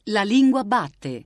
La lingua batte.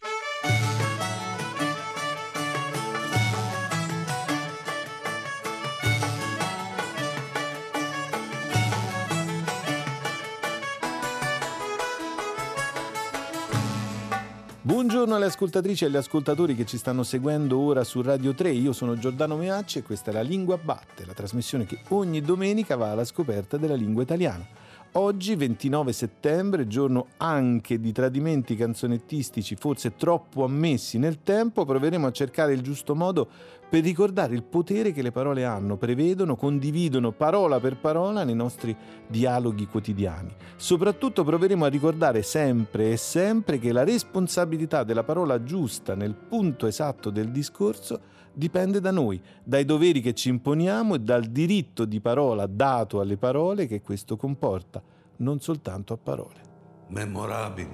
Buongiorno alle ascoltatrici e agli ascoltatori che ci stanno seguendo ora su Radio 3. Io sono Giordano Meacci e questa è La Lingua Batte, la trasmissione che ogni domenica va alla scoperta della lingua italiana. Oggi, 29 settembre, giorno anche di tradimenti canzonettistici forse troppo ammessi nel tempo, proveremo a cercare il giusto modo per ricordare il potere che le parole hanno, prevedono, condividono parola per parola nei nostri dialoghi quotidiani. Soprattutto proveremo a ricordare sempre e sempre che la responsabilità della parola giusta nel punto esatto del discorso dipende da noi, dai doveri che ci imponiamo e dal diritto di parola dato alle parole che questo comporta, non soltanto a parole. Memorabili.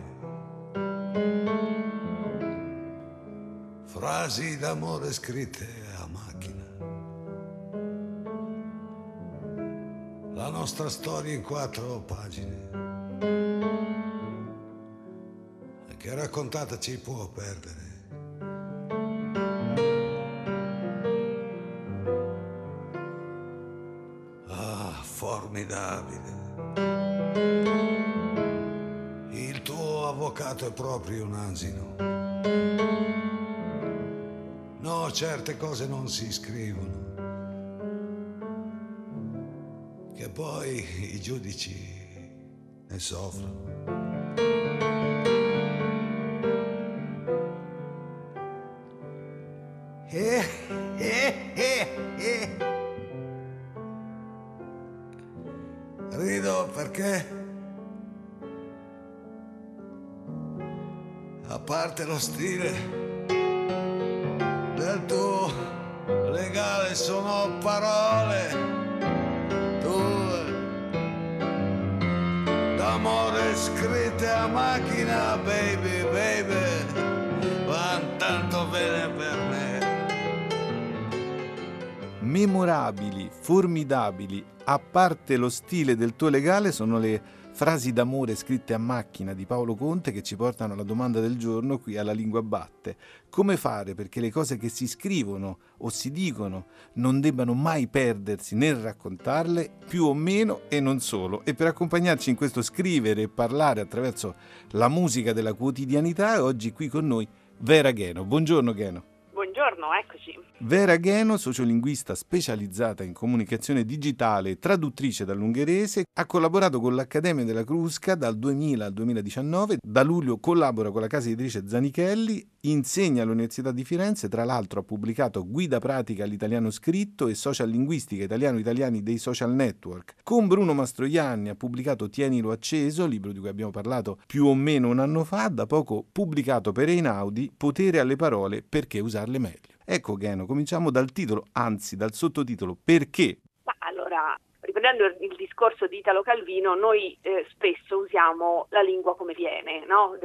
Frasi d'amore scritte a macchina. La nostra storia in 4 pagine. E che raccontata ci può perdere. Formidabile. Il tuo avvocato è proprio un asino. No, certe cose non si scrivono. Che poi i giudici ne soffrono. Rido perché, a parte lo stile del tuo legale, sono parole tue d'amore scritte a macchina, baby, baby, van tanto bene per me. Memorabili, formidabili, a parte lo stile del tuo legale, sono le frasi d'amore scritte a macchina di Paolo Conte che ci portano alla domanda del giorno qui alla Lingua Batte. Come fare perché le cose che si scrivono o si dicono non debbano mai perdersi nel raccontarle, più o meno e non solo. E per accompagnarci in questo scrivere e parlare attraverso la musica della quotidianità, oggi qui con noi Vera Gheno. Buongiorno Gheno. Buongiorno, eccoci. Vera Gheno, sociolinguista specializzata in comunicazione digitale e traduttrice dall'ungherese, ha collaborato con l'Accademia della Crusca dal 2000 al 2019, da luglio collabora con la casa editrice Zanichelli, insegna all'Università di Firenze, tra l'altro ha pubblicato Guida pratica all'italiano scritto e Social linguistica italiani dei social network. Con Bruno Mastroianni ha pubblicato Tienilo acceso, libro di cui abbiamo parlato più o meno un anno fa, da poco pubblicato per Einaudi, Potere alle parole, perché usarle meglio. Ecco Gheno, cominciamo dal titolo, anzi dal sottotitolo, perché? Ma allora, riprendendo il discorso di Italo Calvino, noi spesso usiamo la lingua come viene, no?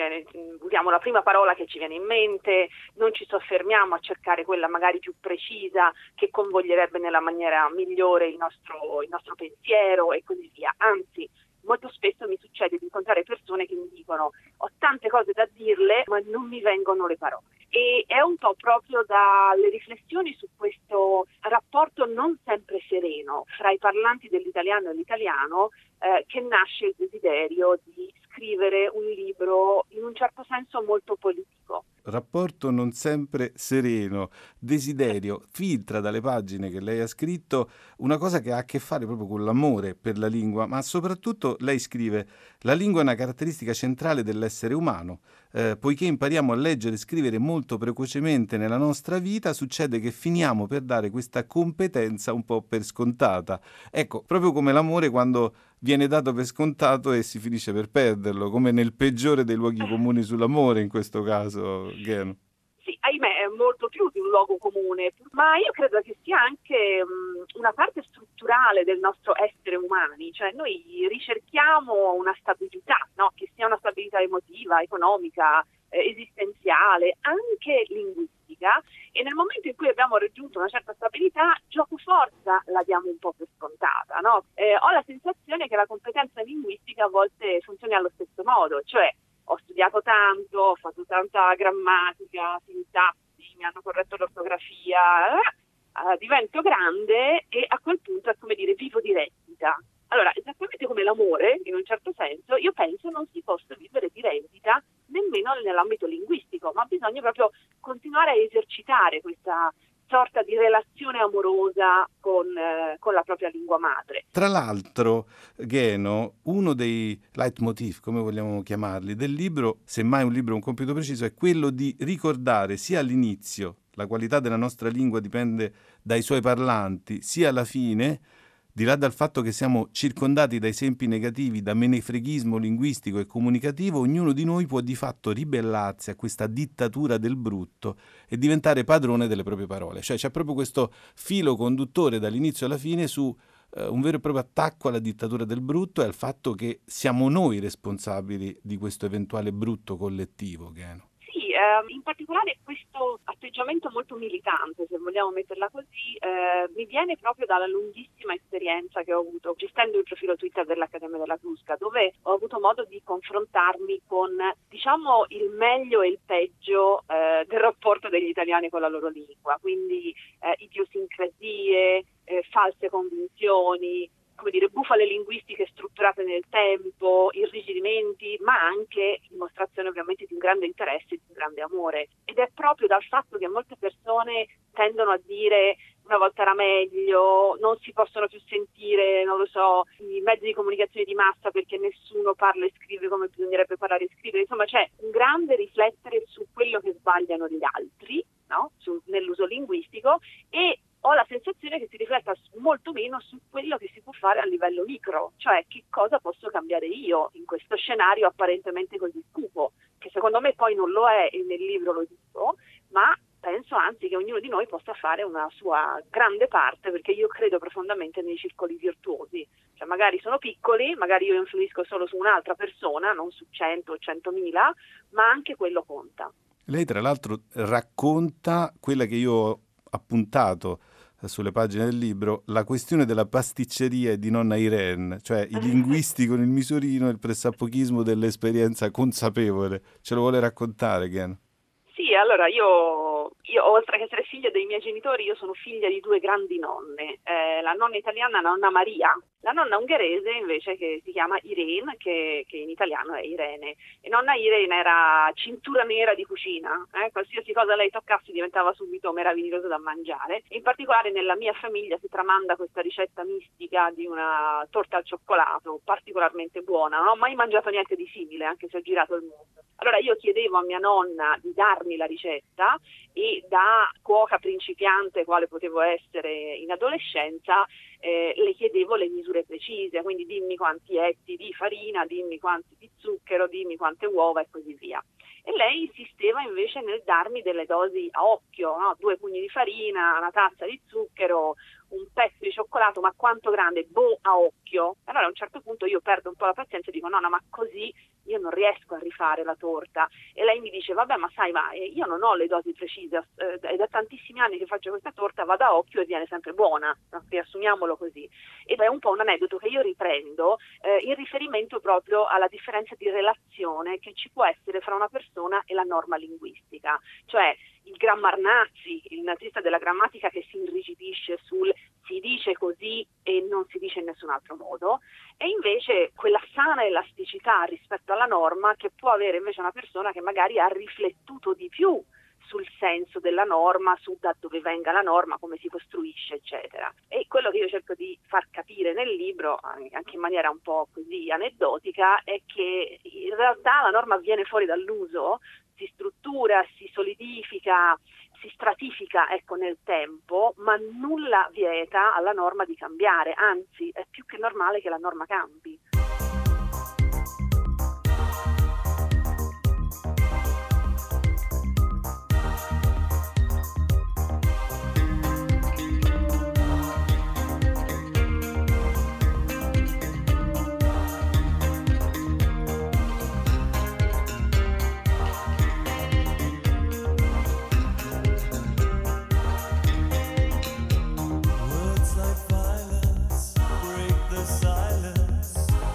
Usiamo la prima parola che ci viene in mente, non ci soffermiamo a cercare quella magari più precisa che convoglierebbe nella maniera migliore il nostro pensiero e così via. Anzi, molto spesso mi succede di incontrare persone che mi dicono ho tante cose da dirle ma non mi vengono le parole. E è un po' proprio dalle riflessioni su questo rapporto non sempre sereno fra i parlanti dell'italiano e l'italiano che nasce il desiderio di scrivere un libro in un certo senso molto politico. Rapporto non sempre sereno, desiderio, filtra dalle pagine che lei ha scritto una cosa che ha a che fare proprio con l'amore per la lingua, ma soprattutto lei scrive: la lingua è una caratteristica centrale dell'essere umano, poiché impariamo a leggere e scrivere molto precocemente nella nostra vita, succede che finiamo per dare questa competenza un po' per scontata. Ecco, proprio come l'amore quando viene dato per scontato e si finisce per perderlo, come nel peggiore dei luoghi comuni sull'amore in questo caso, Gheno. Sì, ahimè, è molto più di un luogo comune, ma io credo che sia anche una parte strutturale del nostro essere umani, cioè noi ricerchiamo una stabilità, no? Che sia una stabilità emotiva, economica, esistenziale, anche linguistica, e nel momento in cui abbiamo raggiunto una certa stabilità, gioco forza la diamo un po' per scontata, no? Ho la sensazione che la competenza linguistica a volte funzioni allo stesso modo, cioè ho studiato tanto, ho fatto tanta grammatica, sintassi, mi hanno corretto l'ortografia, divento grande e a quel punto è come dire vivo di rendita. Allora, esattamente come l'amore, in un certo senso, io penso non si possa vivere di rendita nemmeno nell'ambito linguistico, ma bisogna proprio continuare a esercitare questa sorta di relazione amorosa con la propria lingua madre. Tra l'altro, Gheno, uno dei leitmotiv, come vogliamo chiamarli, del libro, semmai un libro un compito preciso, è quello di ricordare sia all'inizio la qualità della nostra lingua dipende dai suoi parlanti, sia alla fine, di là dal fatto che siamo circondati da esempi negativi, da menefreghismo linguistico e comunicativo, ognuno di noi può di fatto ribellarsi a questa dittatura del brutto e diventare padrone delle proprie parole. Cioè c'è proprio questo filo conduttore dall'inizio alla fine su un vero e proprio attacco alla dittatura del brutto e al fatto che siamo noi responsabili di questo eventuale brutto collettivo, Gheno. Sì, in particolare questo atteggiamento molto militante, se vogliamo metterla così, mi viene proprio dalla lunghissima esperienza che ho avuto gestendo il profilo Twitter dell'Accademia della Crusca, dove ho avuto modo di confrontarmi con, diciamo, il meglio e il peggio del rapporto degli italiani con la loro lingua, quindi idiosincrasie, false convinzioni, come dire, bufale linguistiche strutturate nel tempo, irrigidimenti, ma anche dimostrazione ovviamente di un grande interesse e di un grande amore. Ed è proprio dal fatto che molte persone tendono a dire una volta era meglio, non si possono più sentire, non lo so, i mezzi di comunicazione di massa perché nessuno parla e scrive come bisognerebbe parlare e scrivere. Insomma, c'è un grande riflettere su quello che sbagliano gli altri, no? Nell'uso linguistico, e ho la sensazione che si rifletta molto meno su quello che si può fare a livello micro, cioè che cosa posso cambiare io in questo scenario apparentemente così cupo, che secondo me poi non lo è e nel libro lo dico, ma penso anzi che ognuno di noi possa fare una sua grande parte, perché io credo profondamente nei circoli virtuosi, cioè magari sono piccoli, magari io influisco solo su un'altra persona, non su 100 o 100.000, ma anche quello conta. Lei tra l'altro racconta quella che io ho appuntato sulle pagine del libro, la questione della pasticceria di nonna Irene, cioè i linguisti con il misurino e il pressappochismo dell'esperienza consapevole. Ce lo vuole raccontare, Gheno? Sì, allora io oltre che essere figlia dei miei genitori, io sono figlia di due grandi nonne, la nonna italiana, nonna Maria, la nonna ungherese invece che si chiama Irene, che in italiano è Irene. E nonna Irene era cintura nera di cucina, qualsiasi cosa lei toccasse diventava subito meraviglioso da mangiare. E in particolare nella mia famiglia si tramanda questa ricetta mistica di una torta al cioccolato particolarmente buona. Non ho mai mangiato niente di simile, anche se ho girato il mondo. Allora io chiedevo a mia nonna di darmi la ricetta e da cuoca principiante, quale potevo essere in adolescenza, le chiedevo le misure precise, quindi dimmi quanti etti di farina, dimmi quanti di zucchero, dimmi quante uova e così via. E lei insisteva invece nel darmi delle dosi a occhio, no? 2 pugni di farina, una tazza di zucchero, un pezzo di cioccolato, ma quanto grande? Boh, a occhio. Allora a un certo punto io perdo un po' la pazienza e dico nonna, ma così io non riesco a rifare la torta. E lei mi dice vabbè, ma sai, ma io non ho le dosi precise, è da tantissimi anni che faccio questa torta, vado a occhio e viene sempre buona, no? Riassumiamolo così. Ed è un po' un aneddoto che io riprendo in riferimento proprio alla differenza di relazione che ci può essere fra una persona e la norma linguistica, cioè il Grammarnazi, il nazista della grammatica che si irrigidisce sul si dice così e non si dice in nessun altro modo, e invece quella sana elasticità rispetto alla norma che può avere invece una persona che magari ha riflettuto di più sul senso della norma, su da dove venga la norma, come si costruisce, eccetera. E quello che io cerco di far capire nel libro, anche in maniera un po' così aneddotica, è che in realtà la norma viene fuori dall'uso, si struttura, si solidifica, si stratifica, ecco, nel tempo, ma nulla vieta alla norma di cambiare, anzi è più che normale che la norma cambi. Words like violence break the silence.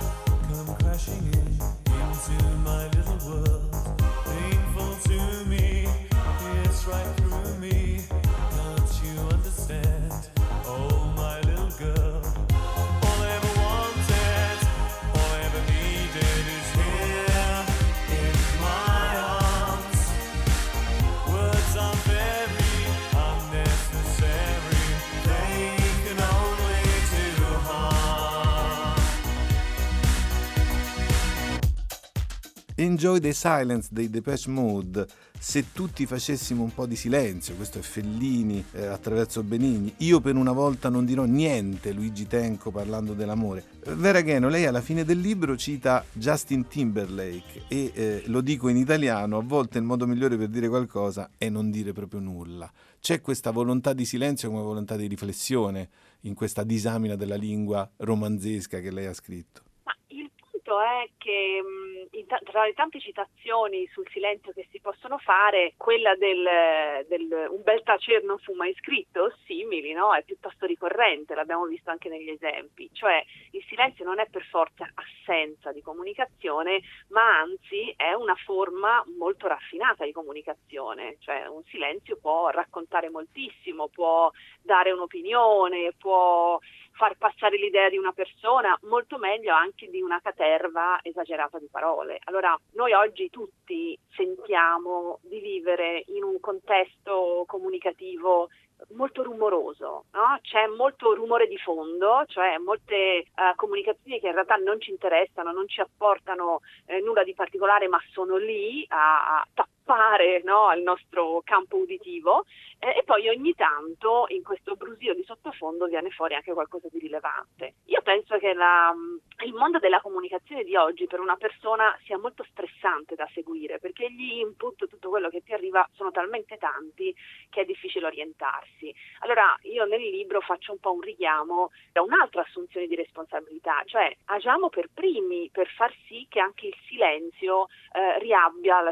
Enjoy the Silence dei Depeche Mode. Se tutti facessimo un po' di silenzio, questo è Fellini attraverso Benigni. Io per una volta non dirò niente, Luigi Tenco parlando dell'amore. Vera Gheno, lei alla fine del libro cita Justin Timberlake e lo dico in italiano, a volte il modo migliore per dire qualcosa è non dire proprio nulla. C'è questa volontà di silenzio come volontà di riflessione in questa disamina della lingua romanzesca che lei ha scritto. Ma il punto è che tra le tante citazioni sul silenzio che si possono fare, quella del un bel tacer non fu mai scritto o simili, no? È piuttosto ricorrente, l'abbiamo visto anche negli esempi. Cioè il silenzio non è per forza assenza di comunicazione, ma anzi è una forma molto raffinata di comunicazione. Cioè un silenzio può raccontare moltissimo, può dare un'opinione, può far passare l'idea di una persona, molto meglio anche di una caterva esagerata di parole. Allora, noi oggi tutti sentiamo di vivere in un contesto comunicativo molto rumoroso, no? C'è molto rumore di fondo, cioè molte comunicazioni che in realtà non ci interessano, non ci apportano nulla di particolare, ma sono lì a tappare, no, il nostro campo uditivo, e poi ogni tanto in questo brusio di sottofondo viene fuori anche qualcosa di rilevante. Io penso che il mondo della comunicazione di oggi per una persona sia molto stressante da seguire, perché gli input, tutto quello che ti arriva, sono talmente tanti che è difficile orientarsi. Allora io nel libro faccio un po' un richiamo da un'altra assunzione di responsabilità, cioè agiamo per primi per far sì che anche il silenzio riabbia,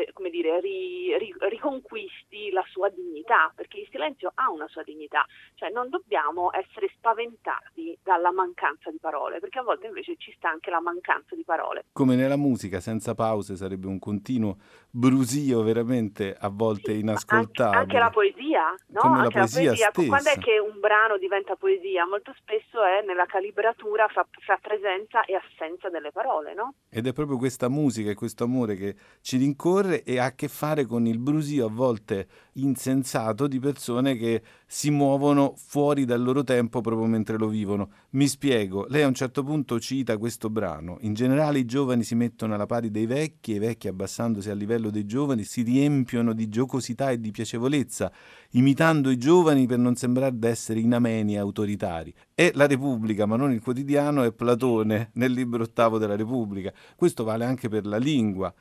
riconquisti la sua dignità, perché il silenzio ha una sua dignità, cioè non dobbiamo essere spaventati dalla mancanza di parole, perché a volte invece ci sta anche la mancanza di parole. Come nella musica, senza pause sarebbe un continuo brusio veramente a volte inascoltabile. Anche la poesia, no? Come anche la poesia stessa. Quando è che un brano diventa poesia? Molto spesso è nella calibratura fra presenza e assenza delle parole, no? Ed è proprio questa musica e questo amore che ci rincorre e ha a che fare con il brusio a volte insensato di persone che si muovono fuori dal loro tempo proprio mentre lo vivono. Mi spiego, lei a un certo punto cita questo brano: in generale i giovani si mettono alla pari dei vecchi e i vecchi, abbassandosi al livello dei giovani, si riempiono di giocosità e di piacevolezza, imitando i giovani per non sembrare d'essere inameni e autoritari. È la Repubblica, ma non il quotidiano, è Platone nel libro ottavo della Repubblica. Questo vale anche per la lingua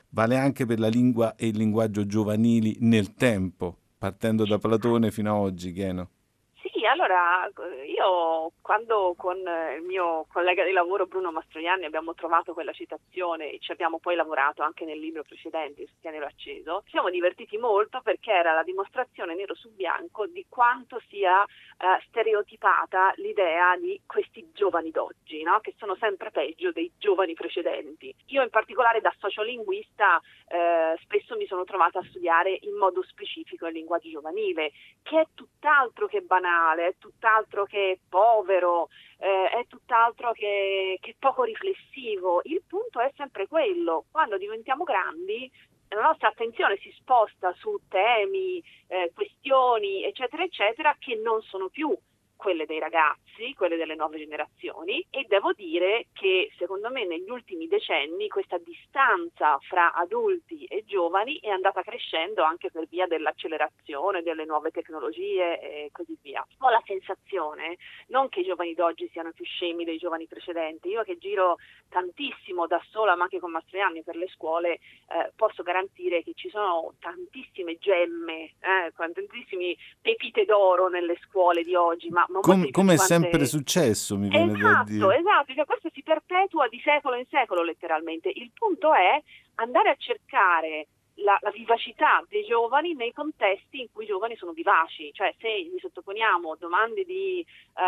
e il linguaggio giovanili nel tempo, partendo da Platone fino a oggi, Gheno. Sì, allora io quando con il mio collega di lavoro Bruno Mastroianni abbiamo trovato quella citazione e ci abbiamo poi lavorato anche nel libro precedente, su Tienilo acceso, ci siamo divertiti molto perché era la dimostrazione nero su bianco di quanto sia stereotipata l'idea di questi giovani d'oggi, no? Che sono sempre peggio dei giovani precedenti. Io in particolare da sociolinguista spesso mi sono trovata a studiare in modo specifico il linguaggio giovanile, che è tutt'altro che banale, è tutt'altro che povero, è tutt'altro che poco riflessivo. Il punto è sempre quello: quando diventiamo grandi la nostra attenzione si sposta su temi, questioni, eccetera, eccetera, che non sono più quelle dei ragazzi, quelle delle nuove generazioni, e devo dire che secondo me negli ultimi decenni questa distanza fra adulti e giovani è andata crescendo anche per via dell'accelerazione delle nuove tecnologie e così via. Ho la sensazione, non che i giovani d'oggi siano più scemi dei giovani precedenti, io che giro tantissimo da sola ma anche con Mastroianni per le scuole, posso garantire che ci sono tantissime gemme, tantissimi pepite d'oro nelle scuole di oggi, ma come è sempre successo, mi viene da dire. Esatto, cioè questo si perpetua di secolo in secolo letteralmente. Il punto è andare a cercare la vivacità dei giovani nei contesti in cui i giovani sono vivaci, cioè se gli sottoponiamo domande di,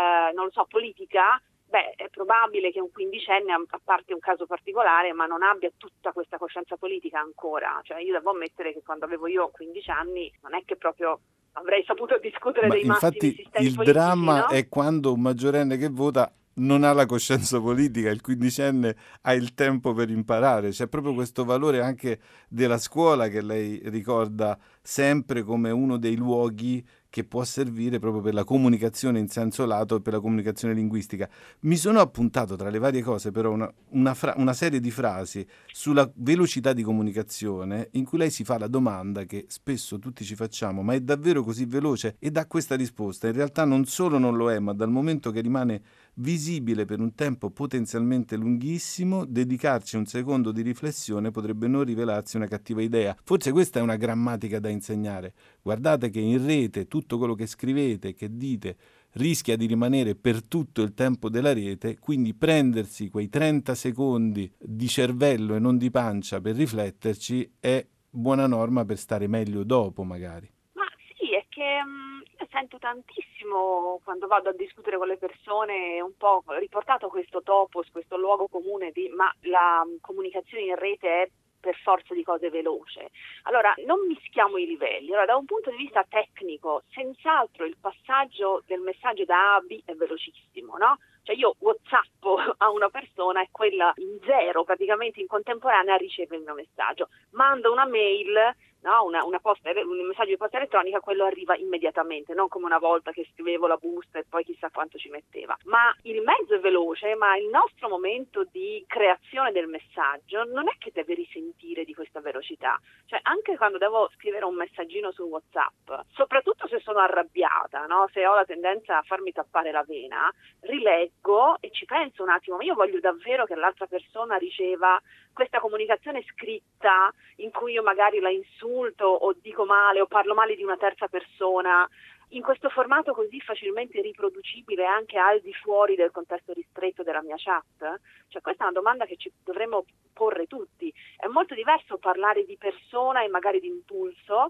politica, è probabile che un quindicenne, a parte un caso particolare, ma non abbia tutta questa coscienza politica ancora. Cioè io devo ammettere che quando avevo io 15 anni non è che proprio avrei saputo discutere dei massimi sistemi politici. Infatti il dramma, no? è quando un maggiorenne che vota non ha la coscienza politica, il quindicenne ha il tempo per imparare. C'è proprio questo valore anche della scuola che lei ricorda sempre come uno dei luoghi che può servire proprio per la comunicazione in senso lato e per la comunicazione linguistica. Mi sono appuntato tra le varie cose però una serie di frasi sulla velocità di comunicazione, in cui lei si fa la domanda che spesso tutti ci facciamo: ma è davvero così veloce? E dà questa risposta: in realtà non solo non lo è, ma dal momento che rimane visibile per un tempo potenzialmente lunghissimo, dedicarci un secondo di riflessione potrebbe non rivelarsi una cattiva idea. Forse questa è una grammatica da insegnare. Guardate che in rete tutto quello che scrivete, che dite, rischia di rimanere per tutto il tempo della rete, quindi prendersi quei 30 secondi di cervello e non di pancia per rifletterci è buona norma per stare meglio dopo, magari. Ma sì, è che io sento tantissimo quando vado a discutere con le persone, un po' riportato questo topos, questo luogo comune di ma la comunicazione in rete è per forza di cose veloce. Allora, non mischiamo i livelli. Allora, da un punto di vista tecnico, senz'altro il passaggio del messaggio da A a B è velocissimo, no? Cioè io WhatsAppo a una persona e quella in zero, praticamente in contemporanea, riceve il mio messaggio. Mando una mail, no? un messaggio di posta elettronica, quello arriva immediatamente, non come una volta che scrivevo la busta e poi chissà quanto ci metteva. Ma il mezzo è veloce, ma il nostro momento di creazione del messaggio non è che deve risentire di questa velocità. Cioè anche quando devo scrivere un messaggino su WhatsApp, soprattutto se sono arrabbiata, no? Se ho la tendenza a farmi tappare la vena, rileggo e ci penso un attimo, ma io voglio davvero che l'altra persona riceva questa comunicazione scritta in cui io magari la insulto o dico male o parlo male di una terza persona, in questo formato così facilmente riproducibile anche al di fuori del contesto ristretto della mia chat? Cioè questa è una domanda che ci dovremmo porre tutti. È molto diverso parlare di persona e magari di impulso,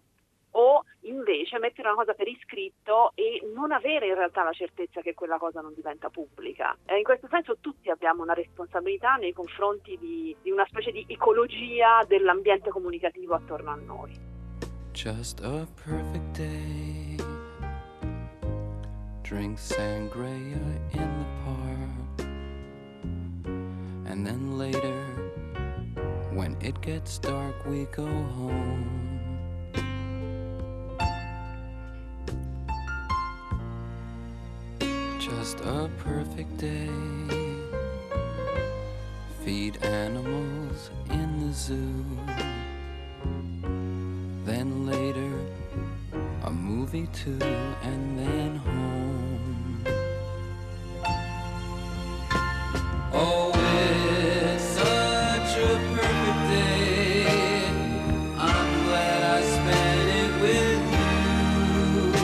o invece mettere una cosa per iscritto e non avere in realtà la certezza che quella cosa non diventa pubblica. In questo senso tutti abbiamo una responsabilità nei confronti di una specie di ecologia dell'ambiente comunicativo attorno a noi. Just a perfect day. Drink sangria in the park. And then later, when it gets dark, we go home. Just a perfect day. Feed animals in the zoo. Then later, a movie too, and then home. Oh, it's such a perfect day. I'm glad I spent it with you.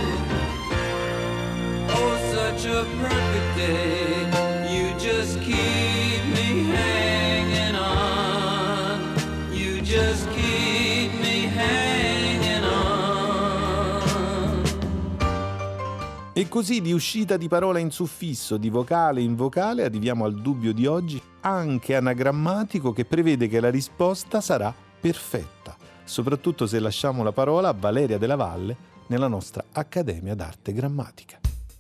Oh, such a perfect day. You just keep me hanging on. You just keep me hanging on. E così di uscita di parola in suffisso, di vocale in vocale, arriviamo al dubbio di oggi, anche anagrammatico, che prevede che la risposta sarà perfetta, soprattutto se lasciamo la parola a Valeria Della Valle nella nostra Accademia d'Arte Grammatica.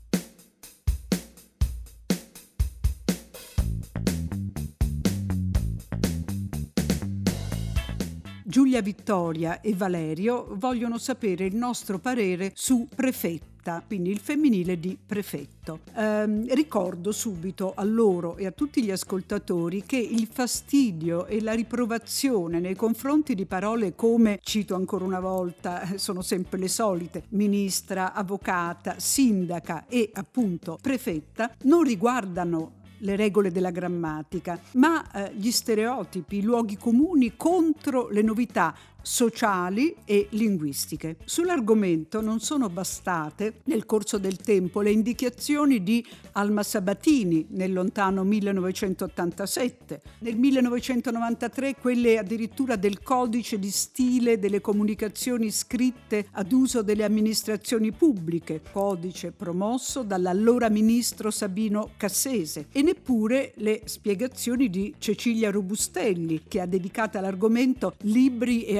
Giulia Vittoria e Valerio vogliono sapere il nostro parere su prefetta, quindi il femminile di prefetto. Ricordo subito a loro e a tutti gli ascoltatori che il fastidio e la riprovazione nei confronti di parole come, cito ancora una volta, sono sempre le solite, ministra, avvocata, sindaca e appunto prefetta, non riguardano le regole della grammatica, ma gli stereotipi, i luoghi comuni contro le novità sociali e linguistiche. Sull'argomento non sono bastate nel corso del tempo le indicazioni di Alma Sabatini nel lontano 1987, nel 1993 quelle addirittura del codice di stile delle comunicazioni scritte ad uso delle amministrazioni pubbliche, codice promosso dall'allora ministro Sabino Cassese, e neppure le spiegazioni di Cecilia Robustelli, che ha dedicato all'argomento libri e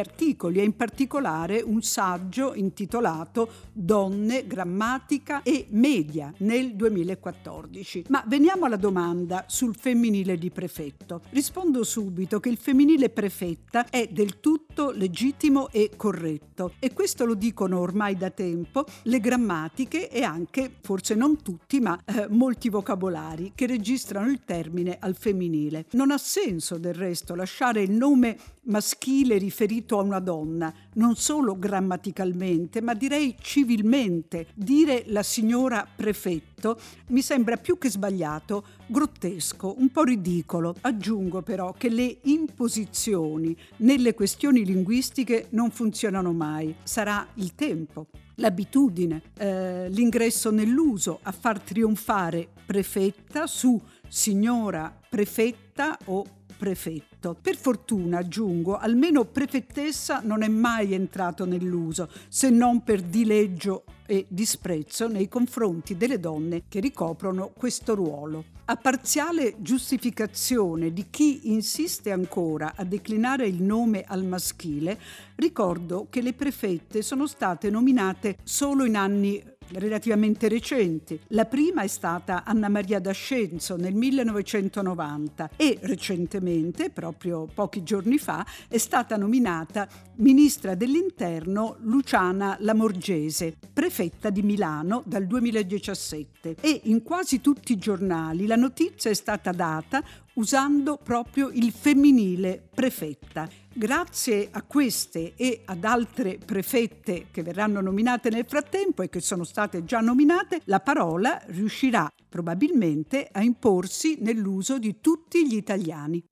articoli e in particolare un saggio intitolato Donne, grammatica e media nel 2014. Ma veniamo alla domanda sul femminile di prefetto. Rispondo subito che il femminile prefetta è del tutto legittimo e corretto, e questo lo dicono ormai da tempo le grammatiche e anche, forse non tutti, ma molti vocabolari che registrano il termine al femminile. Non ha senso del resto lasciare il nome maschile riferito a una donna, non solo grammaticalmente, ma direi civilmente. Dire la signora prefetto mi sembra più che sbagliato, grottesco, un po' ridicolo. Aggiungo però che le imposizioni nelle questioni linguistiche non funzionano mai. Sarà il tempo, l'abitudine, l'ingresso nell'uso a far trionfare prefetta su signora prefetta o prefetto. Per fortuna, aggiungo, almeno prefettessa non è mai entrato nell'uso, se non per dileggio e disprezzo nei confronti delle donne che ricoprono questo ruolo. A parziale giustificazione di chi insiste ancora a declinare il nome al maschile, ricordo che le prefette sono state nominate solo in anni relativamente recenti. La prima è stata Anna Maria d'Ascenzo nel 1990 e recentemente, proprio pochi giorni fa, è stata nominata ministra dell'Interno Luciana Lamorgese, prefetta di Milano dal 2017, e in quasi tutti i giornali la notizia è stata data usando proprio il femminile prefetta. Grazie a queste e ad altre prefette che verranno nominate nel frattempo e che sono state già nominate, la parola riuscirà probabilmente a imporsi nell'uso di tutti gli italiani.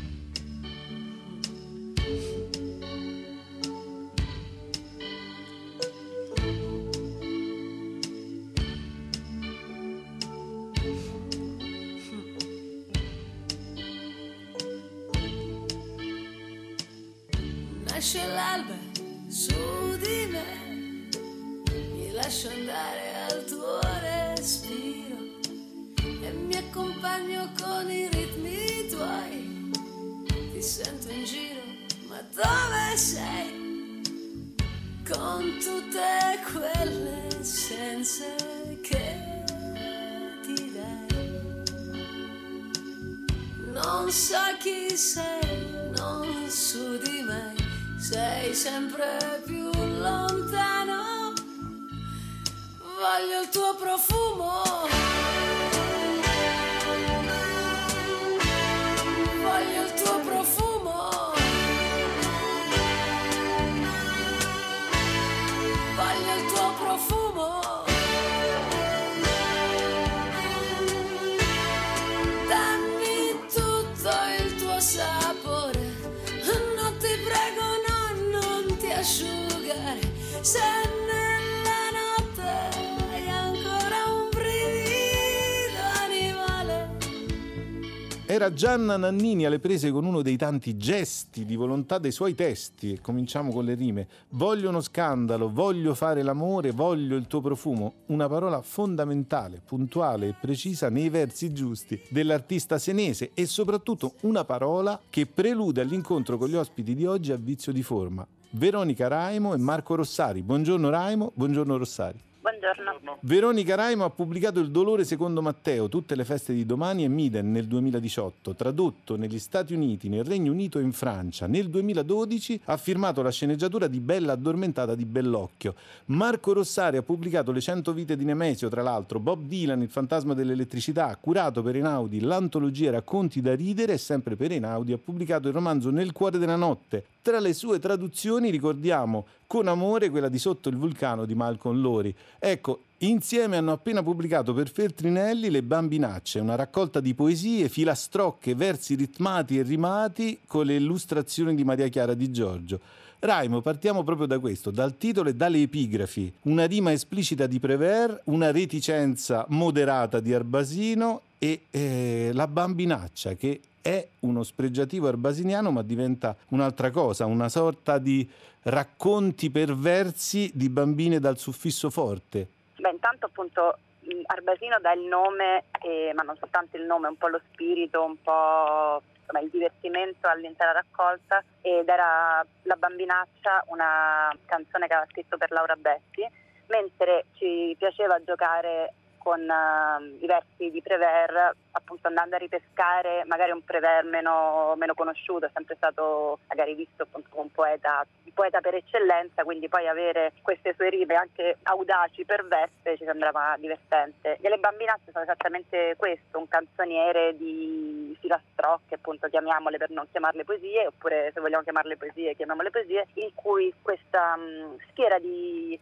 Nasce l'alba su di me, mi lascio andare al tuo respiro e mi accompagno con i ritmi tuoi. Ti sento in giro, ma dove sei? Con tutte quelle essenze che ti dai. Non so chi sei, non su di me. Sei sempre più lontano, voglio il tuo profumo, voglio il tuo profumo, voglio il tuo profumo, dammi tutto il tuo sapore, non ti prego asciugare, se nella notte hai ancora un brivido animale. Era Gianna Nannini alle prese con uno dei tanti gesti di volontà dei suoi testi, e cominciamo con le rime. Voglio uno scandalo, voglio fare l'amore, voglio il tuo profumo, una parola fondamentale, puntuale e precisa nei versi giusti dell'artista senese, e soprattutto una parola che prelude all'incontro con gli ospiti di oggi a vizio di forma. Veronica Raimo e Marco Rossari. Buongiorno Raimo, buongiorno Rossari. Buongiorno. Veronica Raimo ha pubblicato Il dolore secondo Matteo, tutte le feste di domani e Miden nel 2018, tradotto negli Stati Uniti, nel Regno Unito e in Francia. Nel 2012 ha firmato la sceneggiatura di Bella addormentata di Bellocchio. Marco Rossari ha pubblicato Le 100 vite di Nemesio, tra l'altro, Bob Dylan, Il fantasma dell'elettricità, ha curato per Einaudi l'antologia Racconti da ridere e sempre per Einaudi ha pubblicato il romanzo Nel cuore della notte. Tra le sue traduzioni ricordiamo Con amore quella di Sotto il vulcano di Malcolm Lowry. Ecco, insieme hanno appena pubblicato per Feltrinelli Le bambinacce, una raccolta di poesie, filastrocche, versi ritmati e rimati con le illustrazioni di Maria Chiara Di Giorgio. Raimo, partiamo proprio da questo, dal titolo e dalle epigrafi. Una rima esplicita di Prévert, una reticenza moderata di Arbasino e La bambinaccia, che è uno spregiativo arbasiniano ma diventa un'altra cosa, una sorta di racconti perversi di bambine dal suffisso forte. Beh, intanto appunto Arbasino dà il nome, ma non soltanto il nome, un po' lo spirito, un po' insomma, il divertimento all'intera raccolta, ed era La bambinaccia, una canzone che aveva scritto per Laura Betti, mentre ci piaceva giocare con i versi di Prévert, appunto andando a ripescare magari un Prévert meno conosciuto. È sempre stato magari visto appunto come il poeta per eccellenza, quindi poi avere queste sue rime anche audaci per verse ci sembrava divertente. E Le bambinacce sono esattamente questo, un canzoniere di filastrocche, appunto, chiamiamole per non chiamarle poesie, oppure se vogliamo chiamarle poesie chiamiamole poesie, in cui questa schiera di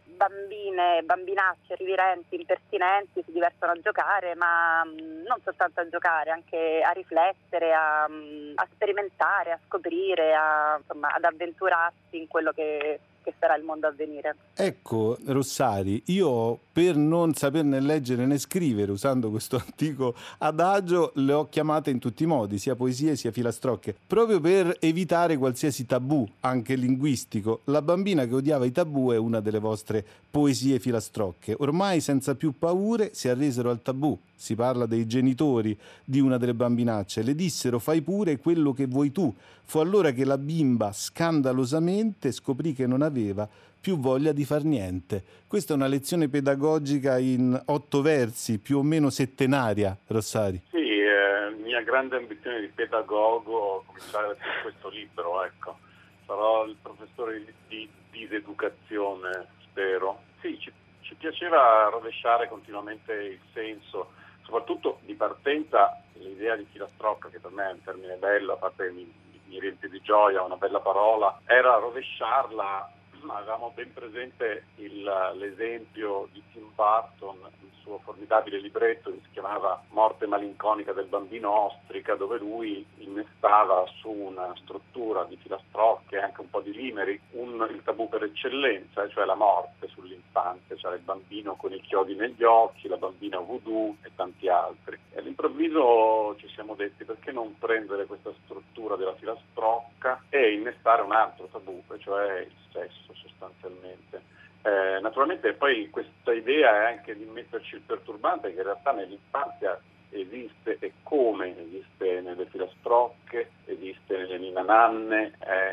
bambinacce riverenti, impertinenti si divertono a giocare, ma non soltanto a giocare, anche a riflettere, a sperimentare, a scoprire, insomma, ad avventurarsi in quello che sarà il mondo a venire. Ecco, Rossari, io per non saperne leggere né scrivere, usando questo antico adagio, le ho chiamate in tutti i modi, sia poesie sia filastrocche, proprio per evitare qualsiasi tabù, anche linguistico. La bambina che odiava i tabù è una delle vostre poesie filastrocche. Ormai senza più paure si arresero al tabù. Si parla dei genitori di una delle bambinacce. Le dissero: fai pure quello che vuoi tu. Fu allora che la bimba scandalosamente scoprì che non aveva più voglia di far niente. Questa è una lezione pedagogica in 8 versi, più o meno settenaria, Rossari. Sì, mia grande ambizione di pedagogo, cominciare con questo libro, ecco. Sarò il professore di diseducazione, spero. Sì, ci piaceva rovesciare continuamente il senso, soprattutto di partenza l'idea di filastrocca, che per me è un termine bello, a parte mi riempie di gioia, una bella parola, era rovesciarla. Avevamo ben presente l'esempio di Tim Burton, il suo formidabile libretto che si chiamava Morte malinconica del bambino ostrica, dove lui innestava su una struttura di filastrocche e anche un po' di limeri il tabù per eccellenza, cioè la morte sull'infanzia, cioè il bambino con i chiodi negli occhi, la bambina voodoo e tanti altri. E all'improvviso ci siamo detti: perché non prendere questa struttura della filastrocca e innestare un altro tabù, cioè il sesso sostanzialmente. Naturalmente poi questa idea è anche di metterci il perturbante che in realtà nell'infanzia esiste, e come esiste nelle filastrocche, esiste nelle ninananne,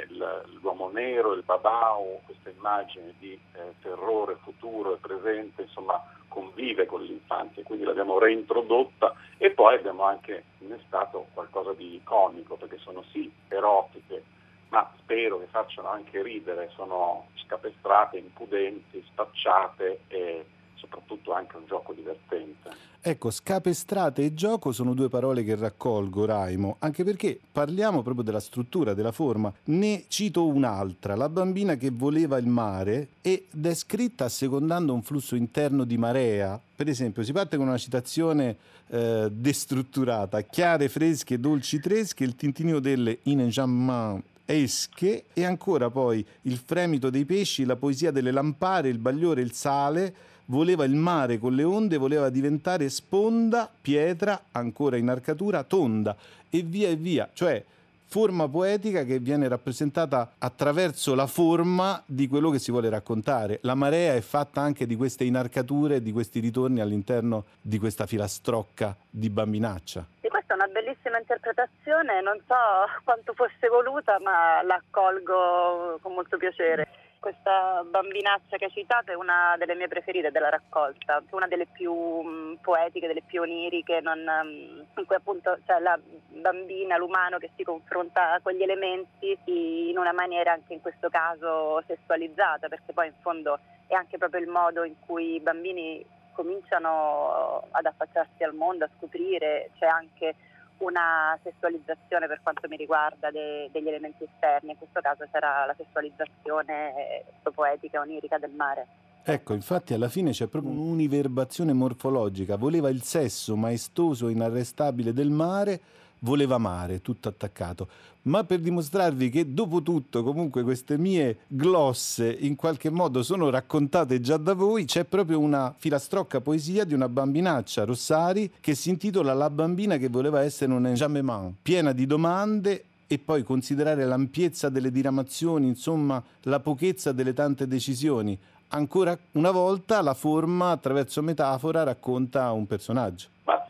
l'uomo nero, il babau, questa immagine di terrore futuro e presente, insomma convive con l'infanzia, quindi l'abbiamo reintrodotta, e poi abbiamo anche innestato qualcosa di comico, perché sono sì erotiche, ma spero che facciano anche ridere, sono scapestrate, impudenti, spacciate e soprattutto anche un gioco divertente. Ecco, scapestrate e gioco sono 2 parole che raccolgo, Raimo, anche perché parliamo proprio della struttura, della forma. Ne cito un'altra, La bambina che voleva il mare, ed è scritta assecondando un flusso interno di marea. Per esempio, si parte con una citazione destrutturata: chiare, fresche, dolci tresche, il tintinio delle inenjambment esche, e ancora poi il fremito dei pesci, la poesia delle lampare, il bagliore, il sale. Voleva il mare con le onde, voleva diventare sponda, pietra, ancora in arcatura, tonda, e via, cioè forma poetica che viene rappresentata attraverso la forma di quello che si vuole raccontare. La marea è fatta anche di queste inarcature, di questi ritorni all'interno di questa filastrocca di bambinaccia. Sì, questa è una bellissima interpretazione, non so quanto fosse voluta, ma la accolgo con molto piacere. Questa bambinaccia che hai citato è una delle mie preferite della raccolta, una delle più poetiche, delle più oniriche, in cui appunto c'è la bambina, l'umano che si confronta con gli elementi in una maniera anche in questo caso sessualizzata, perché poi in fondo è anche proprio il modo in cui i bambini cominciano ad affacciarsi al mondo, a scoprire. C'è anche una sessualizzazione per quanto mi riguarda degli elementi esterni, in questo caso sarà la sessualizzazione poetica, onirica del mare. Ecco, infatti alla fine c'è proprio un'univerbazione morfologica. Voleva il sesso maestoso e inarrestabile del mare, voleva mare, tutto attaccato. Ma per dimostrarvi che dopo tutto comunque queste mie glosse in qualche modo sono raccontate già da voi, c'è proprio una filastrocca poesia di una bambinaccia, Rossari, che si intitola La bambina che voleva essere un enjambement, piena di domande, e poi considerare l'ampiezza delle diramazioni, insomma la pochezza delle tante decisioni. Ancora una volta la forma attraverso metafora racconta un personaggio. Ma sì,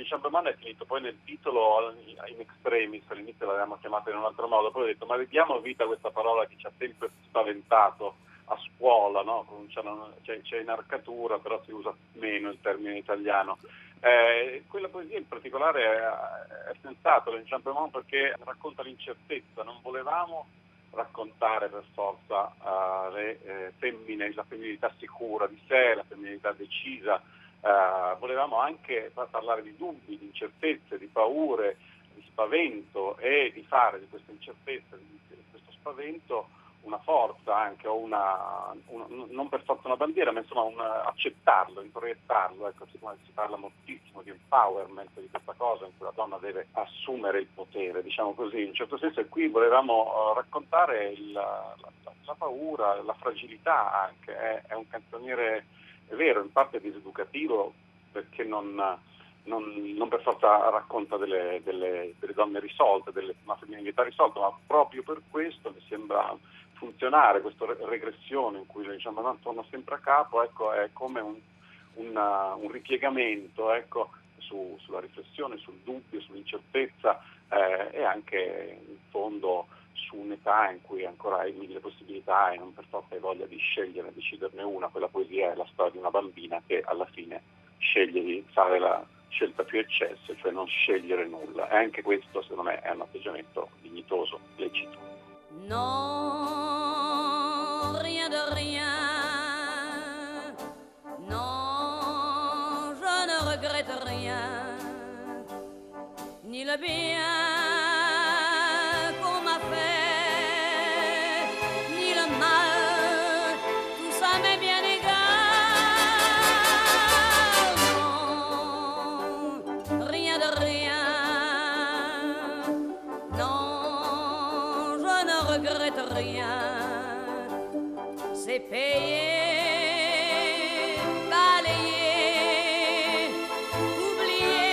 l'inciambroman è finito poi nel titolo in extremis, all'inizio l'avevamo chiamata in un altro modo, poi ho detto ma ridiamo vita a questa parola che ci ha sempre spaventato a scuola, no? C'è in arcatura, però si usa meno il termine italiano. Quella poesia in particolare è sensato, l'inciambroman, perché racconta l'incertezza. Non volevamo raccontare per forza le femmine, la femminilità sicura di sé, la femminilità decisa. Volevamo anche parlare di dubbi, di incertezze, di paure, di spavento, e di fare di questa incertezza, di questo spavento una forza anche, o non per forza una bandiera, ma insomma accettarlo, introiettarlo. Ecco, siccome si parla moltissimo di empowerment, di questa cosa in cui la donna deve assumere il potere, diciamo così, in un certo senso, e qui volevamo raccontare la paura, la fragilità anche. È un canzoniere, è vero, in parte diseducativo, perché non per forza racconta delle donne risolte, una femminilità risolta, ma proprio per questo mi sembra funzionare questa regressione in cui l'inciambroman torna sempre a capo. Ecco, è come un ripiegamento, ecco, sulla riflessione, sul dubbio, sull'incertezza, e anche in fondo su un'età in cui ancora hai mille possibilità e non per forza hai voglia di scegliere, deciderne una. Quella poesia è la storia di una bambina che alla fine sceglie di fare la scelta più eccessa, cioè non scegliere nulla. E anche questo, secondo me, è un atteggiamento dignitoso, lecito. Non, rien de rien. Non, je ne regrette rien. Ni le bien qu'on m'a fait, ni le mal, tout ça m'est bien égal. Non, rien de rien. Non, je ne regrette rien. C'est payé, balayé, oublié.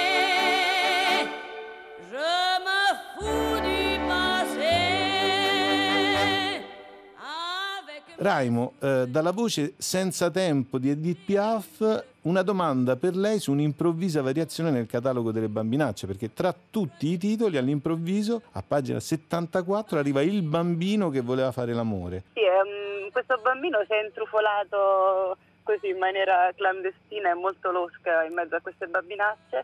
Je me fous du passé. Raimo, dalla voce Senza tempo di Edith Piaf, una domanda per lei su un'improvvisa variazione nel catalogo delle bambinacce, perché tra tutti i titoli all'improvviso a pagina 74 arriva Il bambino che voleva fare l'amore. Sì, questo bambino si è intrufolato così in maniera clandestina e molto losca in mezzo a queste bambinacce,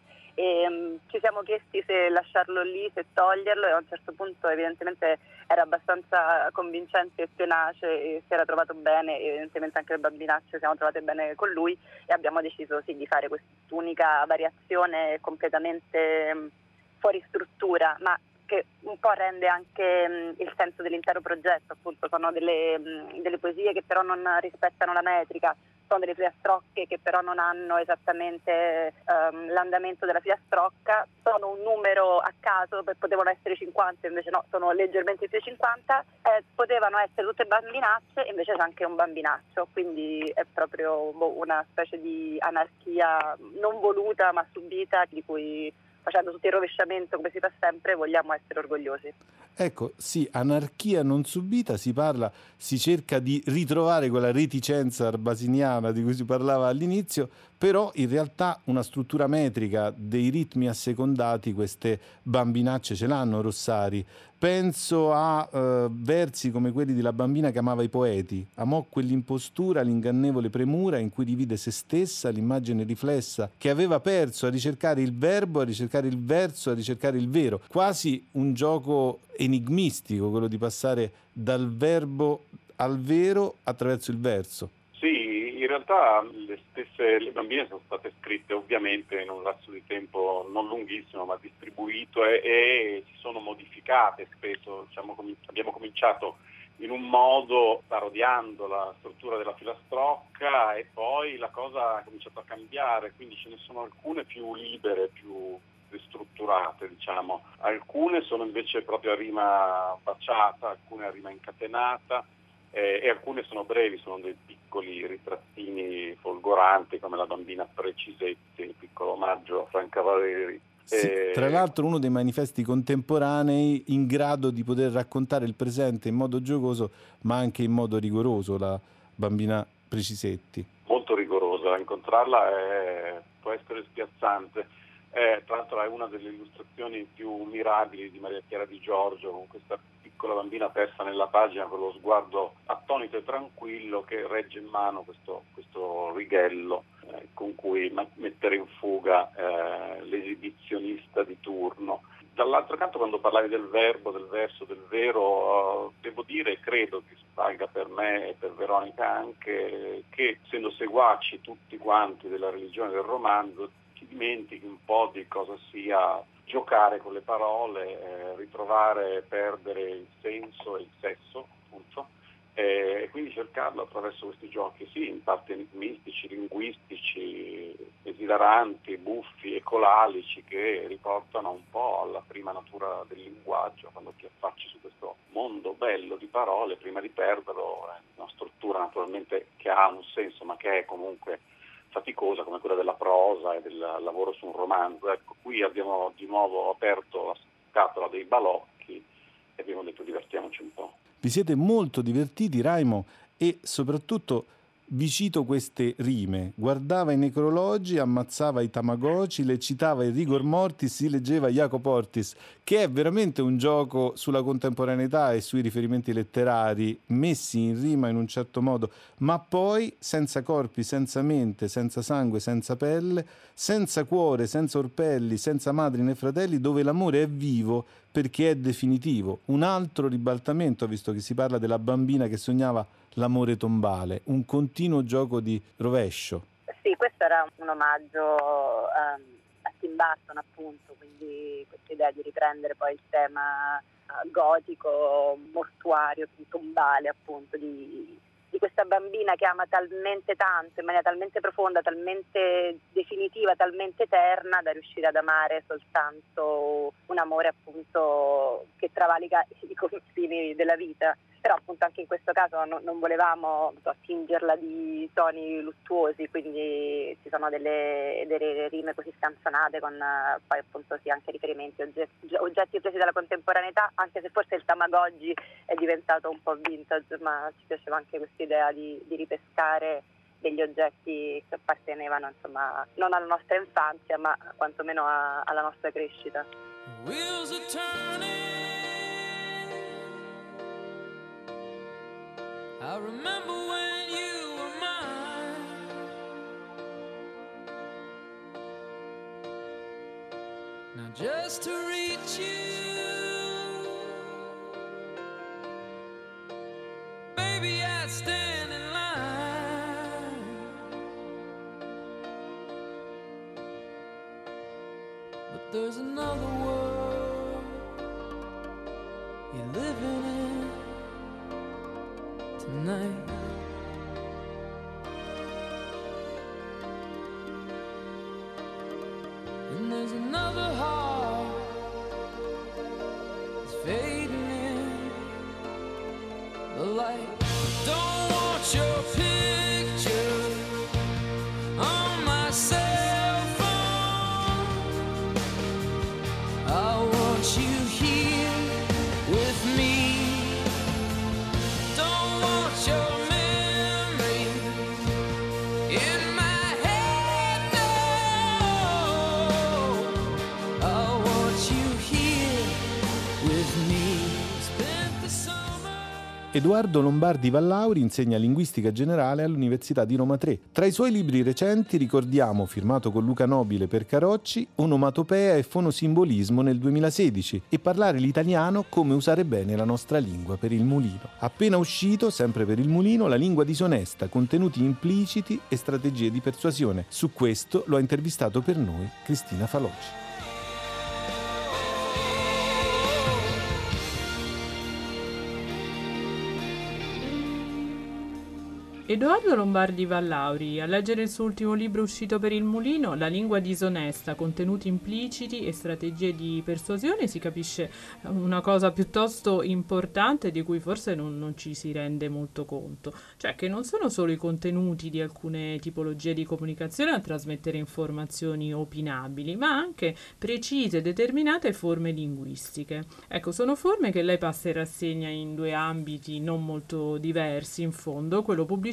e ci siamo chiesti se lasciarlo lì, se toglierlo, e a un certo punto evidentemente era abbastanza convincente e tenace e si era trovato bene, evidentemente anche le bambinacce siamo trovate bene con lui, e abbiamo deciso sì di fare quest'unica variazione completamente fuori struttura, ma che un po' rende anche il senso dell'intero progetto. Appunto sono delle poesie che però non rispettano la metrica, sono delle filastrocche che però non hanno esattamente l'andamento della filastrocca, sono un numero a caso, potevano essere 50, invece no, sono leggermente più 50, potevano essere tutte bambinacce, invece c'è anche un bambinaccio, quindi è proprio una specie di anarchia non voluta ma subita, di cui, facendo tutto il rovesciamento come si fa sempre, vogliamo essere orgogliosi. Ecco, sì, anarchia non subita, si cerca di ritrovare quella reticenza arbasiniana di cui si parlava all'inizio, però in realtà una struttura metrica dei ritmi assecondati queste bambinacce ce l'hanno, Rossari. Penso a versi come quelli di La bambina che amava i poeti. Amò quell'impostura, l'ingannevole premura in cui divide se stessa, l'immagine riflessa che aveva perso a ricercare il verbo, a ricercare il verso, a ricercare il vero. Quasi un gioco enigmistico, quello di passare dal verbo al vero attraverso il verso. Sì, in realtà le bambine sono state scritte ovviamente in un lasso di tempo non lunghissimo ma distribuito, e si sono modificate spesso. Diciamo, abbiamo cominciato in un modo parodiando la struttura della filastrocca e poi la cosa ha cominciato a cambiare, quindi ce ne sono alcune più libere, più ristrutturate, diciamo. Alcune sono invece proprio a rima baciata, alcune a rima incatenata, e alcune sono brevi, sono dei piccoli ritrattini folgoranti come La bambina Precisetti, il piccolo omaggio a Franca Valeri. Sì, tra l'altro uno dei manifesti contemporanei in grado di poter raccontare il presente in modo giocoso ma anche in modo rigoroso, La bambina Precisetti. Molto rigorosa, incontrarla può essere spiazzante. Tra l'altro è una delle illustrazioni più mirabili di Maria Chiara Di Giorgio, con questa piccola bambina persa nella pagina con lo sguardo attonito e tranquillo che regge in mano questo righello con cui mettere in fuga l'esibizionista di turno. Dall'altro canto, quando parlavi del verbo, del verso, del vero, devo dire, e credo che valga per me e per Veronica anche, che essendo seguaci tutti quanti della religione del romanzo, ti dimentichi un po' di cosa sia giocare con le parole, ritrovare, perdere il senso e il sesso, appunto, e quindi cercarlo attraverso questi giochi, sì, in parte enigmistici, linguistici, esilaranti, buffi e colalici, che riportano un po' alla prima natura del linguaggio, quando ti affacci su questo mondo bello di parole, prima di perderlo, una struttura naturalmente che ha un senso, ma che è comunque faticosa, come quella della prosa e del lavoro su un romanzo. Ecco, qui abbiamo di nuovo aperto la scatola dei balocchi e abbiamo detto divertiamoci un po'. Vi siete molto divertiti, Raimo, e soprattutto vi cito queste rime: guardava i necrologi, ammazzava i tamagotchi, le citava il rigor mortis, si leggeva Jacopo Ortis, che è veramente un gioco sulla contemporaneità e sui riferimenti letterari messi in rima in un certo modo, ma poi senza corpi, senza mente, senza sangue, senza pelle, senza cuore, senza orpelli, senza madri né fratelli, dove l'amore è vivo perché è definitivo. Un altro ribaltamento, visto che si parla della bambina che sognava l'amore tombale, un continuo gioco di rovescio. Sì, questo era un omaggio a Tim Burton, appunto, quindi questa idea di riprendere poi il tema gotico, mortuario, tombale, appunto, di questa bambina che ama talmente tanto, in maniera talmente profonda, talmente definitiva, talmente eterna, da riuscire ad amare soltanto un amore, appunto, che travalica i confini della vita. Però appunto anche in questo caso non volevamo tingerla di toni luttuosi, quindi ci sono delle rime così scanzonate con poi appunto sì anche riferimenti, oggetti presi dalla contemporaneità, anche se forse il Tamagotchi è diventato un po' vintage, ma ci piaceva anche questa idea di ripescare degli oggetti che appartenevano, insomma, non alla nostra infanzia, ma quantomeno alla nostra crescita. Wheels are turning. I remember when you were mine. Now just to reach you, baby, I'd stand in line. But there's another world you're living in tonight. And there's another heart that's fading in the light. Don't want your picture on my cell phone. I want you here with me. Your memory in my head, no. I want you here with me. Spent the summer. Edoardo Lombardi Vallauri insegna linguistica generale all'Università di Roma 3. Tra i suoi libri recenti ricordiamo, firmato con Luca Nobile per Carocci, Onomatopea e fonosimbolismo nel 2016 e Parlare l'italiano, come usare bene la nostra lingua per il mulino. Appena uscito, sempre per il mulino, La lingua disonesta, contenuti impliciti e strategie di persuasione. Su questo lo ha intervistato per noi Cristina Faloci. Edoardo Lombardi Vallauri, a leggere il suo ultimo libro uscito per il mulino, La lingua disonesta, contenuti impliciti e strategie di persuasione, si capisce una cosa piuttosto importante di cui forse non ci si rende molto conto, cioè che non sono solo i contenuti di alcune tipologie di comunicazione a trasmettere informazioni opinabili, ma anche precise, determinate forme linguistiche. Ecco, sono forme che lei passa in rassegna in due ambiti non molto diversi, in fondo, quello pubblicitario